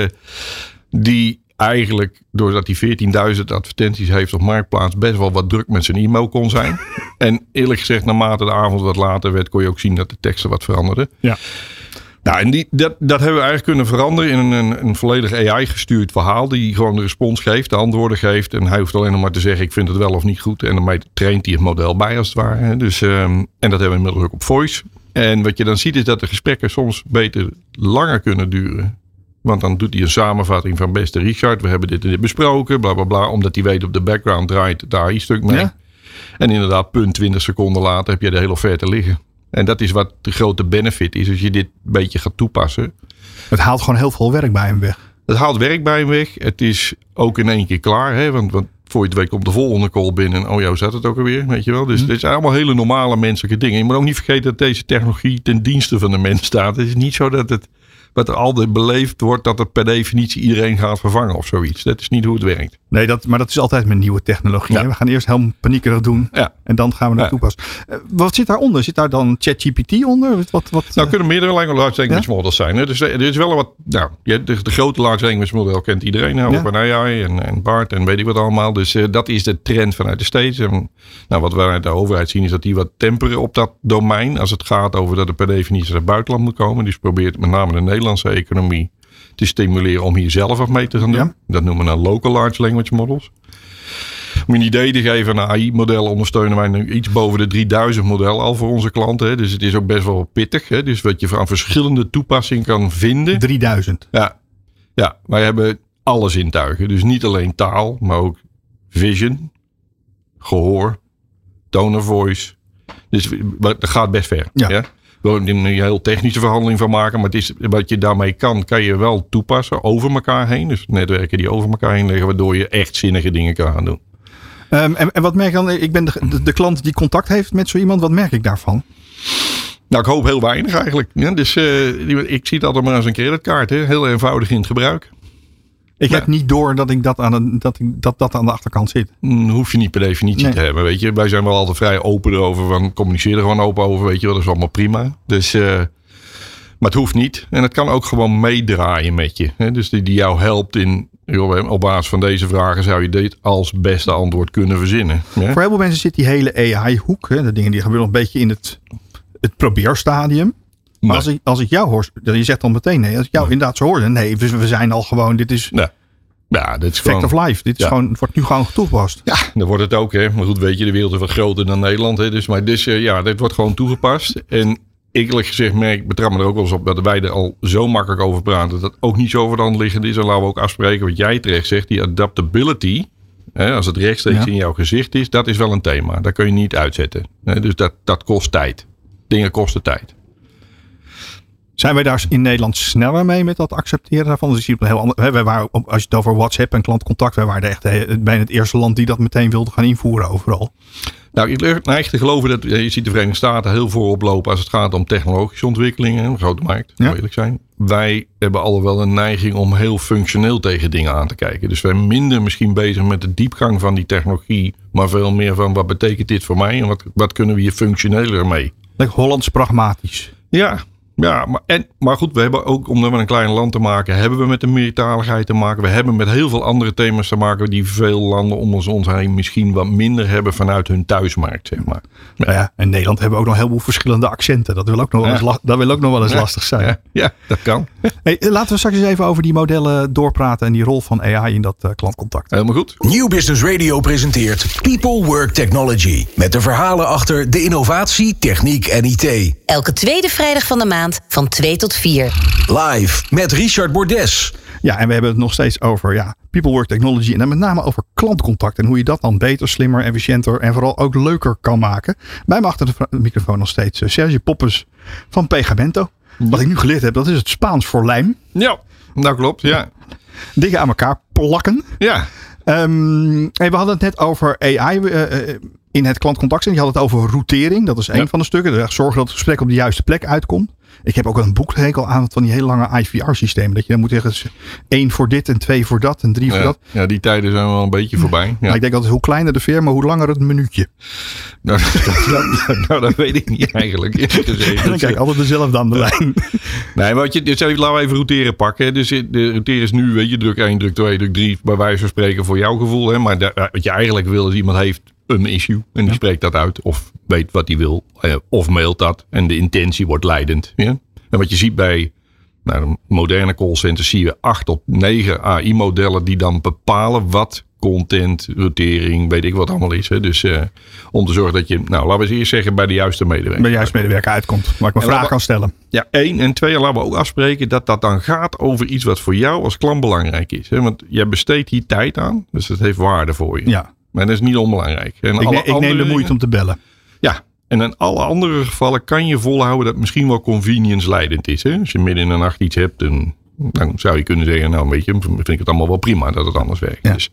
die eigenlijk, doordat hij veertienduizend advertenties heeft op Marktplaats, best wel wat druk met zijn e-mail kon zijn. En eerlijk gezegd, naarmate de avond wat later werd, kon je ook zien dat de teksten wat veranderden. Ja. Nou, en die, dat, dat hebben we eigenlijk kunnen veranderen in een, een, een volledig A I-gestuurd verhaal. Die gewoon de respons geeft, de antwoorden geeft. En hij hoeft alleen nog maar te zeggen, ik vind het wel of niet goed. En dan traint hij het model bij als het ware. Dus, um, en dat hebben we inmiddels ook op voice. En wat je dan ziet is dat de gesprekken soms beter langer kunnen duren. Want dan doet hij een samenvatting van beste Richard. We hebben dit en dit besproken, bla bla bla. Omdat hij weet op de background draait het A I-stuk mee. Ja. En inderdaad, punt twintig seconden later heb je de hele offerte liggen. En dat is wat de grote benefit is als je dit een beetje gaat toepassen. Het haalt gewoon heel veel werk bij hem weg. Het haalt werk bij hem weg. Het is ook in één keer klaar. Hè? Want, want voor je het weet komt de volgende call binnen. En oh ja, hoe zat het ook alweer? Weet je wel? Dus mm. dit zijn allemaal hele normale menselijke dingen. Je moet ook niet vergeten dat deze technologie ten dienste van de mens staat. Het is niet zo dat het wat er altijd beleefd wordt dat het per definitie iedereen gaat vervangen of zoiets. Dat is niet hoe het werkt. Nee, dat, maar dat is altijd met nieuwe technologie. Ja. We gaan eerst helemaal paniekerig doen. Ja. En dan gaan we naar ja. toepassen. Uh, wat zit daaronder? Zit daar dan ChatGPT onder? Wat, wat, nou, kunnen meerdere large language ja? models zijn. Hè? Dus er is wel wat. Nou, de, de grote large language model kent iedereen. Nou, ja. OpenAI en, en BART en weet ik wat allemaal. Dus uh, dat is de trend vanuit de States. En, nou, wat we uit de overheid zien is dat die wat temperen op dat domein. Als het gaat over dat het per definitie naar het buitenland moet komen. Dus probeert met name de Nederlandse economie te stimuleren om hier zelf wat mee te gaan doen. Ja. Dat noemen we dan local large language models. Om een idee te geven, een A I-model ondersteunen wij nu iets boven de drieduizend model al voor onze klanten. Hè. Dus het is ook best wel pittig. Hè. Dus wat je van verschillende toepassingen kan vinden. drieduizend? Ja. Ja, wij hebben alle zintuigen. Dus niet alleen taal, maar ook vision, gehoor, tone of voice. Dus dat gaat best ver. Ja. Ja. We willen er een heel technische verhandeling van maken. Maar het is, wat je daarmee kan, kan je wel toepassen over elkaar heen. Dus netwerken die over elkaar heen liggen, waardoor je echt zinnige dingen kan gaan doen. Um, en, en wat merk je dan? Ik ben de, de, de klant die contact heeft met zo iemand. Wat merk ik daarvan? Nou, ik hoop heel weinig eigenlijk. Ja, dus uh, ik zie het altijd maar als een creditcard. Hè? Heel eenvoudig in het gebruik. Ik ja. heb niet door dat ik dat aan, de, dat, ik, dat, dat aan de achterkant zit. Mm, hoef je niet per definitie nee. te hebben. Weet je. Wij zijn wel altijd vrij open erover. Van, communiceer er gewoon open over. Weet je wel. Dat is allemaal prima. Dus, uh, maar het hoeft niet. En het kan ook gewoon meedraaien met je. Hè? Dus die, die jou helpt in... Joh, op basis van deze vragen zou je dit als beste antwoord kunnen verzinnen. Ja? Voor heel veel mensen zit die hele A I-hoek. Hè? De dingen die gebeuren nog een beetje in het, het probeerstadium. Maar als ik, als ik jou hoor, je zegt dan meteen nee. Als ik jou nee. inderdaad zo hoor, nee, we, we zijn al gewoon, dit is, nee. ja, dit is fact gewoon, of life. Dit is ja. gewoon, wordt nu gewoon toegepast. Ja, dan wordt het ook. Hè. Maar goed, weet je, de wereld is wat groter dan Nederland. Hè. Dus, maar dus, uh, ja, dit wordt gewoon toegepast. En ik eerlijk gezegd merk, ik betrap me er ook wel eens op dat wij er al zo makkelijk over praten. Dat het ook niet zo voor de hand liggend is. En laten we ook afspreken wat jij terecht zegt. Die adaptability, hè, als het rechtstreeks ja. in jouw gezicht is, dat is wel een thema. Dat kun je niet uitzetten. Hè. Dus dat, dat kost tijd. Dingen kosten tijd. Zijn wij daar in Nederland sneller mee met dat accepteren daarvan? Dus je ziet heel ander, wij waren, als je het over WhatsApp en klantcontact, wij waren echt bijna het eerste land die dat meteen wilde gaan invoeren overal. Nou, ik neig te geloven dat je ziet de Verenigde Staten heel voorop lopen als het gaat om technologische ontwikkelingen. Een grote markt, ja. moet eerlijk zijn. Wij hebben al wel een neiging om heel functioneel tegen dingen aan te kijken. Dus wij zijn minder misschien bezig met de diepgang van die technologie, maar veel meer van wat betekent dit voor mij en wat, wat kunnen we hier functioneler mee? Like Hollands pragmatisch. Ja. Ja, maar, en, maar goed, we hebben ook, omdat we een klein land te maken, hebben we met de meertaligheid te maken. We hebben met heel veel andere thema's te maken die veel landen om ons heen misschien wat minder hebben vanuit hun thuismarkt, zeg maar. Ja. Ja, in Nederland hebben we ook nog heel veel verschillende accenten. Dat wil ook nog wel eens, ja. dat wil ook nog wel eens ja. lastig zijn. Ja, ja dat kan. Hey, laten we straks eens even over die modellen doorpraten en die rol van A I in dat uh, klantcontact. Helemaal goed. Nieuw Business Radio presenteert People Work Technology. Met de verhalen achter de innovatie, techniek en I T. Elke tweede vrijdag van de maand van twee tot vier. Live met Richard Bordes. Ja, en we hebben het nog steeds over ja, People Work Technology. En dan met name over klantcontact. En hoe je dat dan beter, slimmer, efficiënter en vooral ook leuker kan maken. Bij me achter de microfoon nog steeds Sergio Poppes van Pegamento. Wat ik nu geleerd heb, dat is het Spaans voor lijm. Ja, dat klopt, ja. Dingen aan elkaar plakken. Ja. Um, en we hadden het net over A I uh, in het klantcontact. En je had het over routering. Dat is één ja. van de stukken. Dus zorgen dat het gesprek op de juiste plek uitkomt. Ik heb ook een boekhekel aan van die hele lange I V R-systemen. Dat je dan moet zeggen, één voor dit en twee voor dat en drie ja, voor dat. Ja, die tijden zijn wel een beetje voorbij. Ja. Nou, ik denk altijd hoe kleiner de veer, maar hoe langer het minuutje. Nou, dat, dat, nou, dat weet ik niet eigenlijk. En dan kijk ik altijd dezelfde aan de lijn. Nee, maar wat je, dus laten we even routeren pakken. Dus de routeren is nu, weet je, druk één, druk twee, druk drie. Bij wijze van spreken voor jouw gevoel. Hè. Maar de, wat je eigenlijk wil is iemand heeft een issue. En die ja. spreekt dat uit. Of weet wat hij wil. Of mailt dat. En de intentie wordt leidend. Ja. En wat je ziet bij nou, de moderne callcenters zie je acht tot negen A I-modellen die dan bepalen wat content, routering, weet ik wat allemaal is. Hè. Dus uh, om te zorgen dat je, nou laten we eens eerst zeggen, bij de juiste medewerker. Bij de juiste medewerker uitkomt, waar ik mijn vraag kan stellen. Ja, één. En twee, laten we ook afspreken dat dat dan gaat over iets wat voor jou als klant belangrijk is. Hè. Want jij besteedt hier tijd aan, dus dat heeft waarde voor je. Ja. Maar dat is niet onbelangrijk. En Ik, alle ne- ik neem de andere- moeite om te bellen. Ja, en in alle andere gevallen kan je volhouden dat misschien wel convenience leidend is. Hè? Als je midden in de nacht iets hebt, dan, dan zou je kunnen zeggen, nou weet je, vind ik het allemaal wel prima dat het anders werkt. Ja. Dus,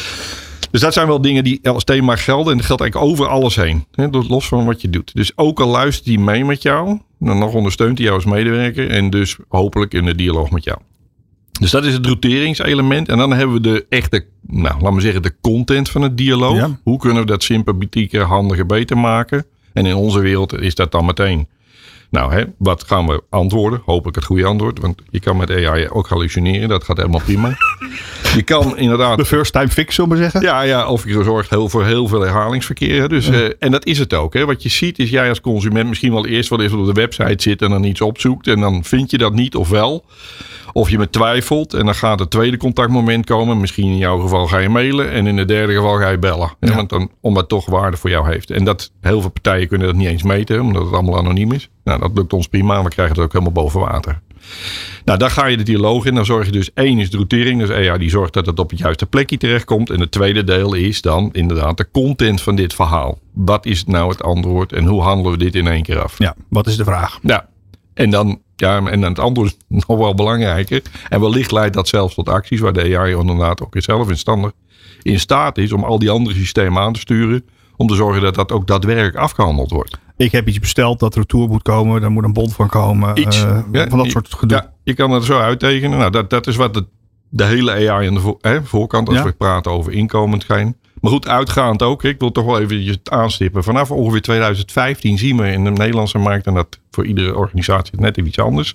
dus dat zijn wel dingen die als thema gelden. En dat geldt eigenlijk over alles heen. Hè? Los van wat je doet. Dus ook al luistert hij mee met jou, dan nog ondersteunt hij jou als medewerker. En dus hopelijk in de dialoog met jou. Dus dat is het routeringselement. En dan hebben we de echte, nou, laat maar zeggen, de content van het dialoog. Ja. Hoe kunnen we dat sympathieker, handiger, beter maken? En in onze wereld is dat dan meteen. Nou, hè, wat gaan we antwoorden? Hopelijk het goede antwoord. Want je kan met A I ook hallucineren. Dat gaat helemaal prima. Je kan inderdaad... De first time fix, zullen we zeggen? Ja, ja, of je zorgt heel voor heel veel herhalingsverkeer. Hè. Dus, Ja. uh, en dat is het ook. Hè. Wat je ziet is jij als consument misschien wel eerst wel even op de website zit en dan iets opzoekt. En dan vind je dat niet of wel. Of je me twijfelt en dan gaat het tweede contactmoment komen. Misschien in jouw geval ga je mailen en in het derde geval ga je bellen. Hè, Ja. want dan, omdat het toch waarde voor jou heeft. En dat heel veel partijen kunnen dat niet eens meten, omdat het allemaal anoniem is. Nou, dat lukt ons prima en we krijgen het ook helemaal boven water. Nou, daar ga je de dialoog in. Dan zorg je dus, één is de routering. Dus A I die zorgt dat het op het juiste plekje terechtkomt. En het tweede deel is dan inderdaad de content van dit verhaal. Wat is nou het antwoord en hoe handelen we dit in één keer af? Ja, wat is de vraag? Ja, en dan, ja, en dan het antwoord is nog wel belangrijker. En wellicht leidt dat zelfs tot acties waar de A I inderdaad ook weer zelf instandig in staat is om al die andere systemen aan te sturen. Om te zorgen dat dat ook daadwerkelijk afgehandeld wordt. Ik heb iets besteld dat retour moet komen. Daar moet een bon van komen. Iets. Uh, Ja, van dat je- soort gedoe. Ja, je kan het zo uittekenen. Nou, dat, dat is wat de, de hele A I aan de vo- hè, voorkant, als Ja. we praten over inkomend schijn. Maar goed, uitgaand ook. Ik wil toch wel even aanstippen. Vanaf ongeveer twintig vijftien zien we in de Nederlandse markt, en dat voor iedere organisatie net even iets anders.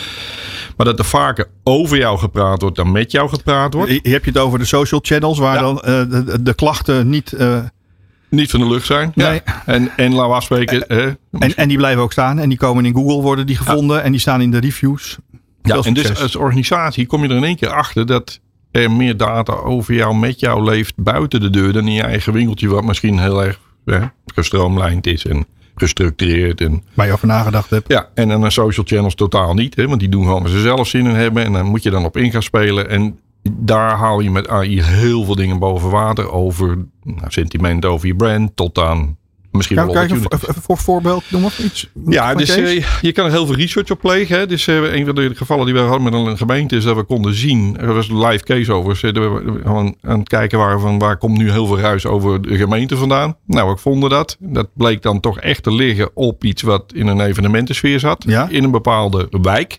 Maar dat er vaker over jou gepraat wordt dan met jou gepraat wordt. Hier heb je het over de social channels waar Ja. dan uh, de, de klachten niet... Uh, Niet van de lucht zijn. Nee. Ja. En, en laten we afspreken. hè, en, en die blijven ook staan. En die komen in Google, worden die gevonden. En die staan in de reviews. Ja, Veel en dus succes. als organisatie kom je er in één keer achter dat er meer data over jou, met jou leeft buiten de deur dan in je eigen winkeltje, wat misschien heel erg hè, gestroomlijnd is en gestructureerd. En, Waar je over nagedacht hebt. ja, en dan een social channels totaal niet, hè, want die doen gewoon waar ze zelf zin in hebben en dan moet je dan op in gaan spelen. En daar haal je met A I heel veel dingen boven water over nou, sentiment over je brand tot aan misschien Kan, wel kan je een opportunities. voor, voor voorbeeld noemen? Of iets? Ja, Van dus Kees? eh, je kan er heel veel research op plegen. Hè. Dus eh, een van de gevallen die we hadden met een gemeente is dat we konden zien. Er was een live case over. Dus, eh, we gewoon aan het kijken waren van waar komt nu heel veel ruis over de gemeente vandaan. Nou, we vonden dat. Dat bleek dan toch echt te liggen op iets wat in een evenementensfeer zat. Ja. In een bepaalde wijk.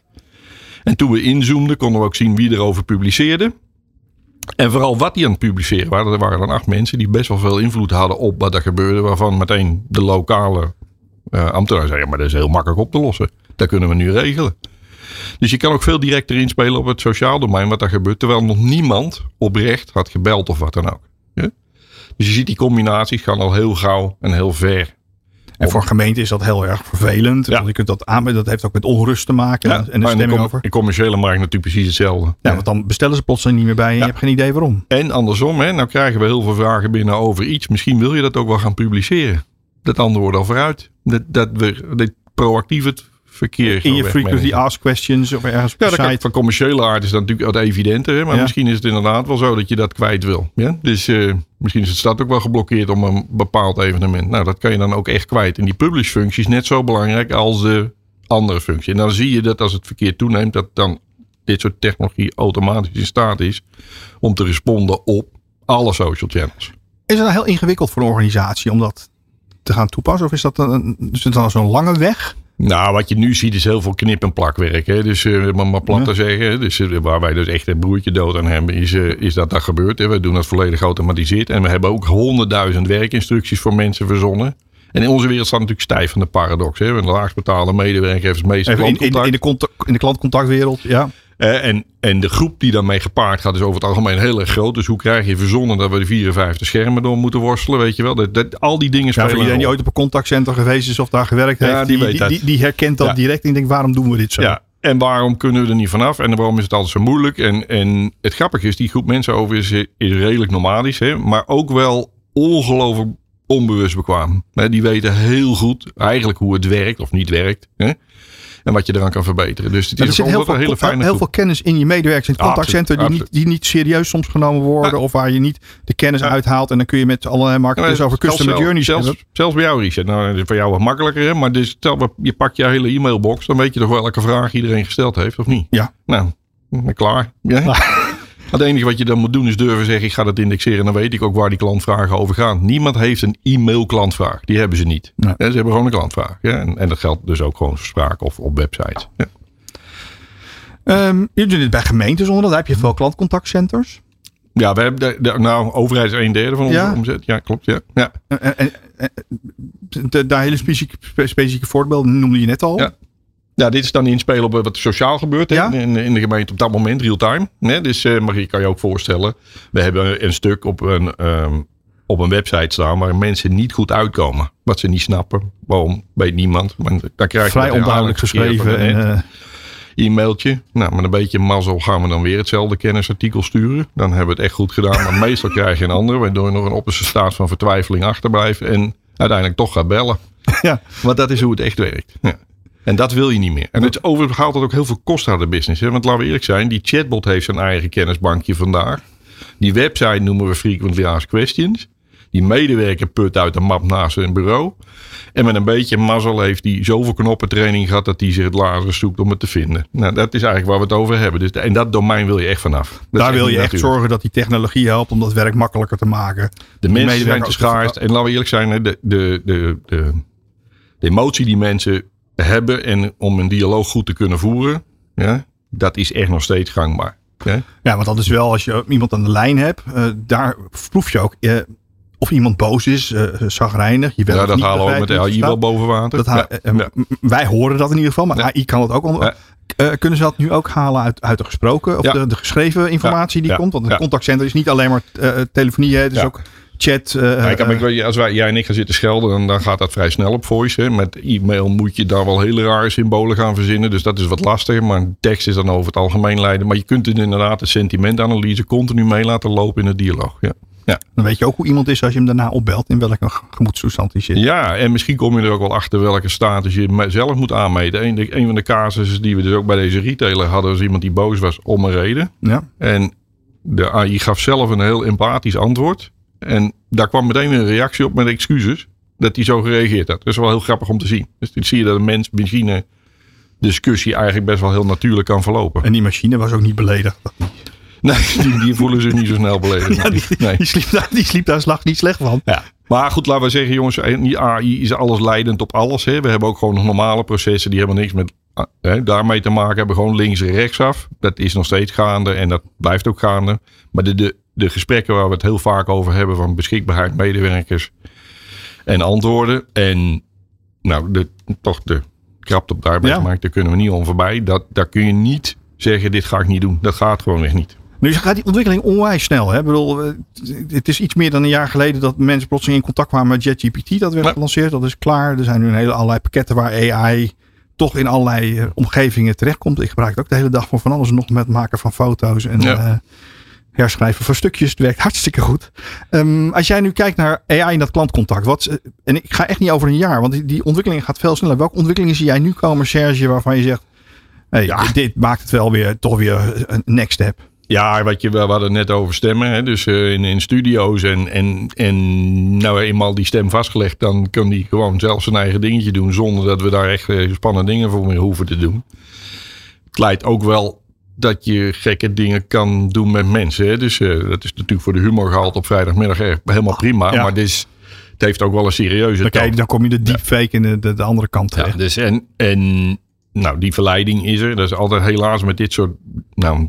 En toen we inzoomden konden we ook zien wie erover publiceerde. En vooral wat die aan het publiceren waren. Er waren dan acht mensen die best wel veel invloed hadden op wat er gebeurde. Waarvan meteen de lokale uh, ambtenaar zei, ja, maar dat is heel makkelijk op te lossen. Dat kunnen we nu regelen. Dus je kan ook veel directer inspelen op het sociaal domein wat daar gebeurt. Terwijl nog niemand oprecht had gebeld of wat dan ook. Ja? Dus je ziet die combinaties gaan al heel gauw en heel ver. En voor gemeenten is dat heel erg vervelend. Ja. Want je kunt dat aan, dat heeft ook met onrust te maken. Ja, en de maar in de, stemming com- over. in commerciële markt natuurlijk precies hetzelfde. Ja, want dan bestellen ze plotseling niet meer bij en Ja. je hebt geen idee waarom. En andersom, hè, nou krijgen we heel veel vragen binnen over iets. Misschien wil je dat ook wel gaan publiceren. Dat antwoord al vooruit. Dat, dat we dat proactief het verkeer In zo je wegmanagen. frequently asked questions of ergens op Ja, de dat kan, site. van commerciële aard is dat natuurlijk wat evidenter. Hè? Maar Ja. misschien is het inderdaad wel zo dat je dat kwijt wil. Ja? Dus uh, misschien is het stad ook wel geblokkeerd om een bepaald evenement. Nou, dat kan je dan ook echt kwijt. En die publish functie is net zo belangrijk als de andere functie. En dan zie je dat als het verkeer toeneemt, dat dan dit soort technologie automatisch in staat is om te responden op alle social channels. Is het nou heel ingewikkeld voor een organisatie om dat te gaan toepassen? Of is dat een, is het dan zo'n lange weg? Nou, wat je nu ziet is heel veel knip- en plakwerk. Hè? Dus uh, maar, maar plat Ja. te zeggen. Dus, uh, waar wij dus echt een broertje dood aan hebben, is, uh, is dat dat gebeurt. Hè? We doen dat volledig geautomatiseerd. En we hebben ook honderdduizend werkinstructies voor mensen verzonnen. En in onze wereld staat natuurlijk stijf van de paradox. Hè? De laagst betaalde medewerker heeft het meeste Even in, in, klantcontact. in, de contact, in de klantcontactwereld, ja. Uh, en, en de groep die daarmee gepaard gaat is over het algemeen heel erg groot. Dus hoe krijg je verzonnen dat we de vierenvijftig schermen door moeten worstelen? Weet je wel? Dat, dat, al die dingen Ja, spelen voor een iedereen die rol. ooit op een contactcenter geweest is of daar gewerkt Ja, heeft, die die, weet die, dat. die, die herkent dat Ja. direct en denkt, waarom doen we dit zo? Ja, en waarom kunnen we er niet vanaf? En waarom is het altijd zo moeilijk? En, en het grappige is, die groep mensen over is, is redelijk nomadisch. Hè? Maar ook wel ongelooflijk onbewust bekwaam. Hè? Die weten heel goed eigenlijk hoe het werkt of niet werkt. Hè? En wat je eraan kan verbeteren. Dus het er is zit heel veel, een hele fijne heel veel kennis in je medewerkers in het contactcentrum die niet, die niet serieus soms genomen worden. Ja. Of waar je niet de kennis ja. uithaalt. En dan kun je met allerlei marketeers ja, over customer journeys zelfs, zelfs, zelfs bij jou, Richard. Nou, voor jou wat makkelijker. Hè? Maar dus, stel, je pakt je hele e-mailbox. Dan weet je toch wel welke vraag iedereen gesteld heeft of niet? Ja. Nou, klaar. Ja? Nou. Het enige wat je dan moet doen is durven zeggen, ik ga dat indexeren. Dan weet ik ook waar die klantvragen over gaan. Niemand heeft een e-mail klantvraag. Die hebben ze niet. Nee. Ja, ze hebben gewoon een klantvraag. Ja? En, en dat geldt dus ook gewoon voor spraak of op websites. Ja. Um, je doet het bij gemeentes onder. Daar heb je veel klantcontactcenters. Ja, we hebben de, de, nou, overheid is een derde van onze ja. omzet. Ja, klopt. Ja. Ja. En, en, en, de, daar hele specifieke, specifieke voorbeelden noemde je net al. Ja. Ja, dit is dan inspelen op wat sociaal gebeurt ja? in, in de gemeente op dat moment, real time. Nee, dus, uh, maar je kan je ook voorstellen, we hebben een stuk op een, um, op een website staan waar mensen niet goed uitkomen. Wat ze niet snappen. Waarom, weet niemand. Maar dan krijg je vrij onduidelijk geschreven. En, uh... e-mailtje. Nou, met een beetje mazzel gaan we dan weer hetzelfde kennisartikel sturen. Dan hebben we het echt goed gedaan. Maar meestal krijg je een andere, waardoor je nog een opperste staat van vertwijfeling achterblijft. En uiteindelijk toch gaat bellen. Ja. Want dat is hoe het echt werkt. Ja. En dat wil je niet meer. En het overigens haalt het ook heel veel kosten aan de business. Hè? Want laten we eerlijk zijn, die chatbot heeft zijn eigen kennisbankje vandaag. Die website noemen we Frequently Asked Questions. Die medewerker put uit de map naast zijn bureau. En met een beetje mazzel heeft hij zoveel knoppentraining gehad dat hij zich het lazer zoekt om het te vinden. Nou, dat is eigenlijk waar we het over hebben. Dus, en dat domein wil je echt vanaf. Dat Daar wil je echt natuurlijk. zorgen dat die technologie helpt om dat werk makkelijker te maken. De mensen zijn te schaars. En laten we eerlijk zijn, de, de, de, de, de emotie die mensen hebben en om een dialoog goed te kunnen voeren, ja, dat is echt nog steeds gangbaar. Ja, ja, want dat is wel, als je iemand aan de lijn hebt, uh, daar proef je ook uh, of iemand boos is, uh, chagrijnig. Je ja, dat halen we ook met de A I wel boven water. Dat ha- ja. uh, wij horen dat in ieder geval, maar ja. A I kan het ook. Onder- ja. uh, kunnen ze dat nu ook halen uit, uit de gesproken of ja. de, de geschreven informatie die ja. komt? Want het ja. contactcentrum is niet alleen maar uh, telefonie, het is ja. ook chat. Uh, ja, ik heb, als wij, jij en ik gaan zitten schelden, dan, dan gaat dat vrij snel op voice. Hè. Met e-mail moet je daar wel hele rare symbolen gaan verzinnen. Dus dat is wat lastiger. Maar tekst is dan over het algemeen leiden. Maar je kunt het inderdaad de sentimentanalyse continu mee laten lopen in het dialoog. Ja. Ja. Dan weet je ook hoe iemand is als je hem daarna opbelt. In welke gemoedstoestand hij zit. Ja, en misschien kom je er ook wel achter welke status je zelf moet aanmeten. Een, een van de casussen die we dus ook bij deze retailer hadden, was iemand die boos was om een reden. Ja. En de A I gaf zelf een heel empathisch antwoord. En daar kwam meteen een reactie op met excuses. Dat hij zo gereageerd had. Dat is wel heel grappig om te zien. Dus dan zie je dat een mens-machine discussie eigenlijk best wel heel natuurlijk kan verlopen. En die machine was ook niet beledigd. Nee, die, die voelen zich niet zo snel beledigd. Ja, die, nee. die, sliep daar, die sliep daar slag niet slecht van. Ja. Maar goed, laten we zeggen jongens, die A I is alles leidend op alles. Hè. We hebben ook gewoon normale processen die helemaal niks met hè, daarmee te maken hebben. Gewoon links en rechtsaf. Dat is nog steeds gaande en dat blijft ook gaande. Maar de, de, de gesprekken waar we het heel vaak over hebben van beschikbaarheid, medewerkers en antwoorden. En nou, de, toch de krapte op de arbeidsmarkt, ja. Daar kunnen we niet om voorbij. Dat, daar kun je niet zeggen, dit ga ik niet doen. Dat gaat gewoon echt niet. Nu gaat die ontwikkeling onwijs snel. Hè? Ik bedoel, het is iets meer dan een jaar geleden dat mensen plotseling in contact kwamen met ChatGPT. Dat werd ja. gelanceerd. Dat is klaar. Er zijn nu een hele allerlei pakketten waar A I toch in allerlei uh, omgevingen terechtkomt. Ik gebruik het ook de hele dag voor van alles nog met het maken van foto's en ja. uh, herschrijven van stukjes. Het werkt hartstikke goed. Um, als jij nu kijkt naar A I in dat klantcontact. Wat, uh, en ik ga echt niet over een jaar, want die, die ontwikkeling gaat veel sneller. Welke ontwikkelingen zie jij nu komen, Serge, waarvan je zegt, hey, ja. dit, dit maakt het wel weer toch weer een next step? Ja, wat je, we hadden net over stemmen. Hè? Dus uh, in, in studio's en, en, en nou eenmaal die stem vastgelegd. Dan kan die gewoon zelf zijn eigen dingetje doen. Zonder dat we daar echt uh, spannende dingen voor meer hoeven te doen. Het leidt ook wel dat je gekke dingen kan doen met mensen. Hè? Dus uh, dat is natuurlijk voor de humor gehaald op vrijdagmiddag echt helemaal prima. Ja. Maar dus, het heeft ook wel een serieuze dan, je, dan kom je de deepfake ja. in de, de, de andere kant terecht. Ja, dus en, en nou, die verleiding is er. Dat is altijd helaas met dit soort nou,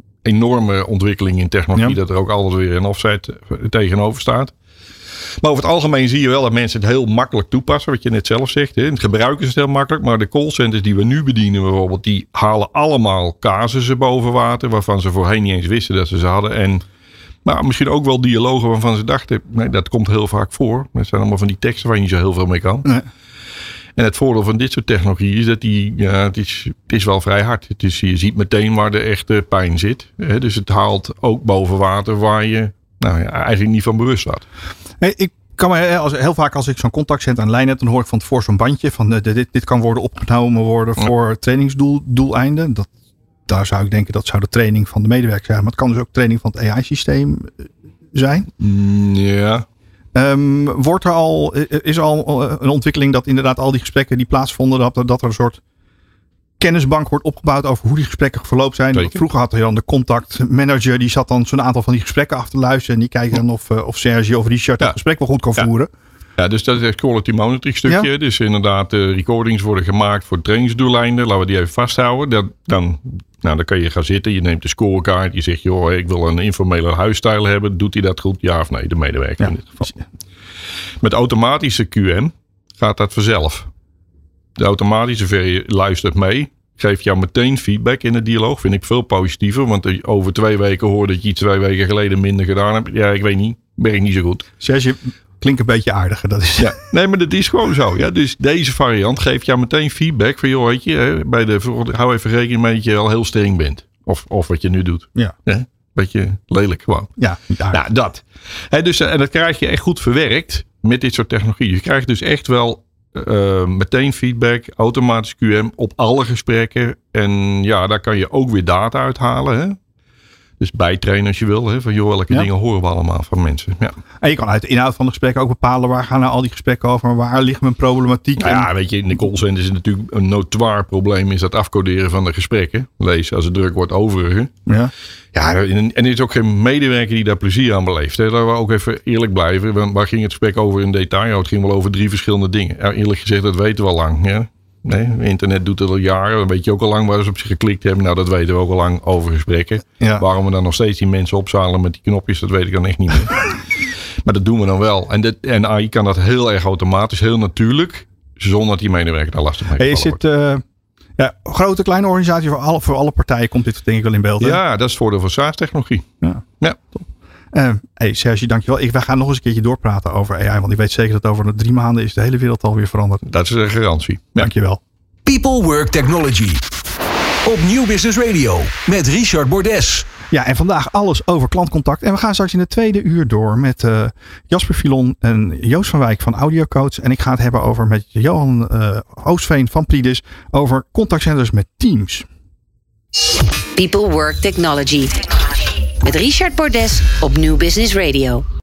enorme ontwikkeling in technologie. Ja. Dat er ook altijd weer een offset tegenover staat. Maar over het algemeen zie je wel dat mensen het heel makkelijk toepassen. Wat je net zelf zegt. Hè. In het gebruik is het heel makkelijk. Maar de callcenters die we nu bedienen bijvoorbeeld. Die halen allemaal casussen boven water. Waarvan ze voorheen niet eens wisten dat ze ze hadden. En nou, misschien ook wel dialogen waarvan ze dachten. Nee, dat komt heel vaak voor. Dat zijn allemaal van die teksten waar je niet zo heel veel mee kan. Nee. En het voordeel van dit soort technologie is dat die, ja, het is, het is wel vrij hard. Het is, je ziet meteen waar de echte pijn zit. Hè. Dus het haalt ook boven water waar je nou ja, eigenlijk niet van bewust was. Hey, ik Kan me, als, heel vaak als ik zo'n contactcenter aan lijn heb, dan hoor ik van tevoren zo'n bandje van uh, dit, dit kan worden opgenomen worden voor ja. trainingsdoeleinden. Dat, daar zou ik denken dat zou de training van de medewerker zijn. Maar het kan dus ook training van het A I-systeem zijn. Mm, ja. Um, wordt er al, is er al een ontwikkeling dat inderdaad al die gesprekken die plaatsvonden, dat er, dat er een soort kennisbank wordt opgebouwd over hoe die gesprekken verloop zijn? Zeker. Vroeger had je dan de contactmanager, die zat dan zo'n aantal van die gesprekken af te luisteren en die kijken dan of, of Sergio of Richard ja. het gesprek wel goed kon ja. voeren. Ja, dus dat is het quality monitoring stukje. Ja. Dus inderdaad, de recordings worden gemaakt voor trainingsdoeleinden. Laten we die even vasthouden. Dat, dan, nou, dan kan je gaan zitten. Je neemt de scorekaart. Je zegt, joh, ik wil een informele huisstijl hebben. Doet hij dat goed? Ja of nee? De medewerker ja. in dit geval. Met automatische Q M gaat dat vanzelf. De automatische versie luistert mee. Geeft jou meteen feedback in de dialoog. Vind ik veel positiever. Want over twee weken hoorde dat je iets twee weken geleden minder gedaan hebt. Ja, ik weet niet. Werkt niet zo goed. Sergio, klinkt een beetje aardiger. Dat is... ja. Nee, maar dat is gewoon zo. Ja. Dus deze variant geeft jou meteen feedback. Van joh, weet je, bij de, hou even rekening mee dat je al heel streng bent. Of, of wat je nu doet. Ja. Ja. Beetje lelijk gewoon. Ja, nou, dat. He, dus, en dat krijg je echt goed verwerkt met dit soort technologie. Je krijgt dus echt wel uh, meteen feedback, automatisch Q M op alle gesprekken. En ja, daar kan je ook weer data uithalen. Hè? Dus bijtrainen als je wil. Hè? Van joh, welke ja. dingen horen we allemaal van mensen. Ja. En je kan uit de inhoud van de gesprekken ook bepalen waar gaan nou al die gesprekken over. Maar waar ligt mijn problematiek? Nou ja, weet je, in de callcenter is het natuurlijk een notoir probleem. Is dat afcoderen van de gesprekken. Lees als het druk wordt overigen. Ja. Ja, en er is ook geen medewerker die daar plezier aan beleeft. Hè. Laten we ook even eerlijk blijven. Want waar ging het gesprek over in detail? Het ging wel over drie verschillende dingen. Ja, eerlijk gezegd, dat weten we al lang. Ja. Nee, internet doet het al jaren. Dan weet je ook al lang waar ze op zich geklikt hebben. Nou, dat weten we ook al lang over gesprekken. Ja. Waarom we dan nog steeds die mensen opzalen met die knopjes, dat weet ik dan echt niet meer. Maar dat doen we dan wel. En, dit, en A I kan dat heel erg automatisch, heel natuurlijk. Zonder dat die medewerker daar lastig mee hey, is het, uh, ja, grote, kleine organisatie voor alle, voor alle partijen komt dit denk ik wel in beeld. Hè? Ja, dat is het voordeel van SaaS-technologie. Ja, ja. Top. Uh, hey Serge, dankjewel. Ik, wij gaan nog eens een keertje doorpraten over A I. Want ik weet zeker dat over drie maanden is de hele wereld alweer veranderd. Dat is een garantie. Ja. Dankjewel. People Work Technology. Op Nieuw Business Radio. Met Richard Bordes. Ja, en vandaag alles over klantcontact. En we gaan straks in de tweede uur door met uh, Jasper Filon en Joost van Wijk van AudioCoach. En ik ga het hebben over met Johan uh, Oostveen van Plidis over contactcenters met Teams. People Work Technology. Met Richard Bordes op Nieuw Business Radio.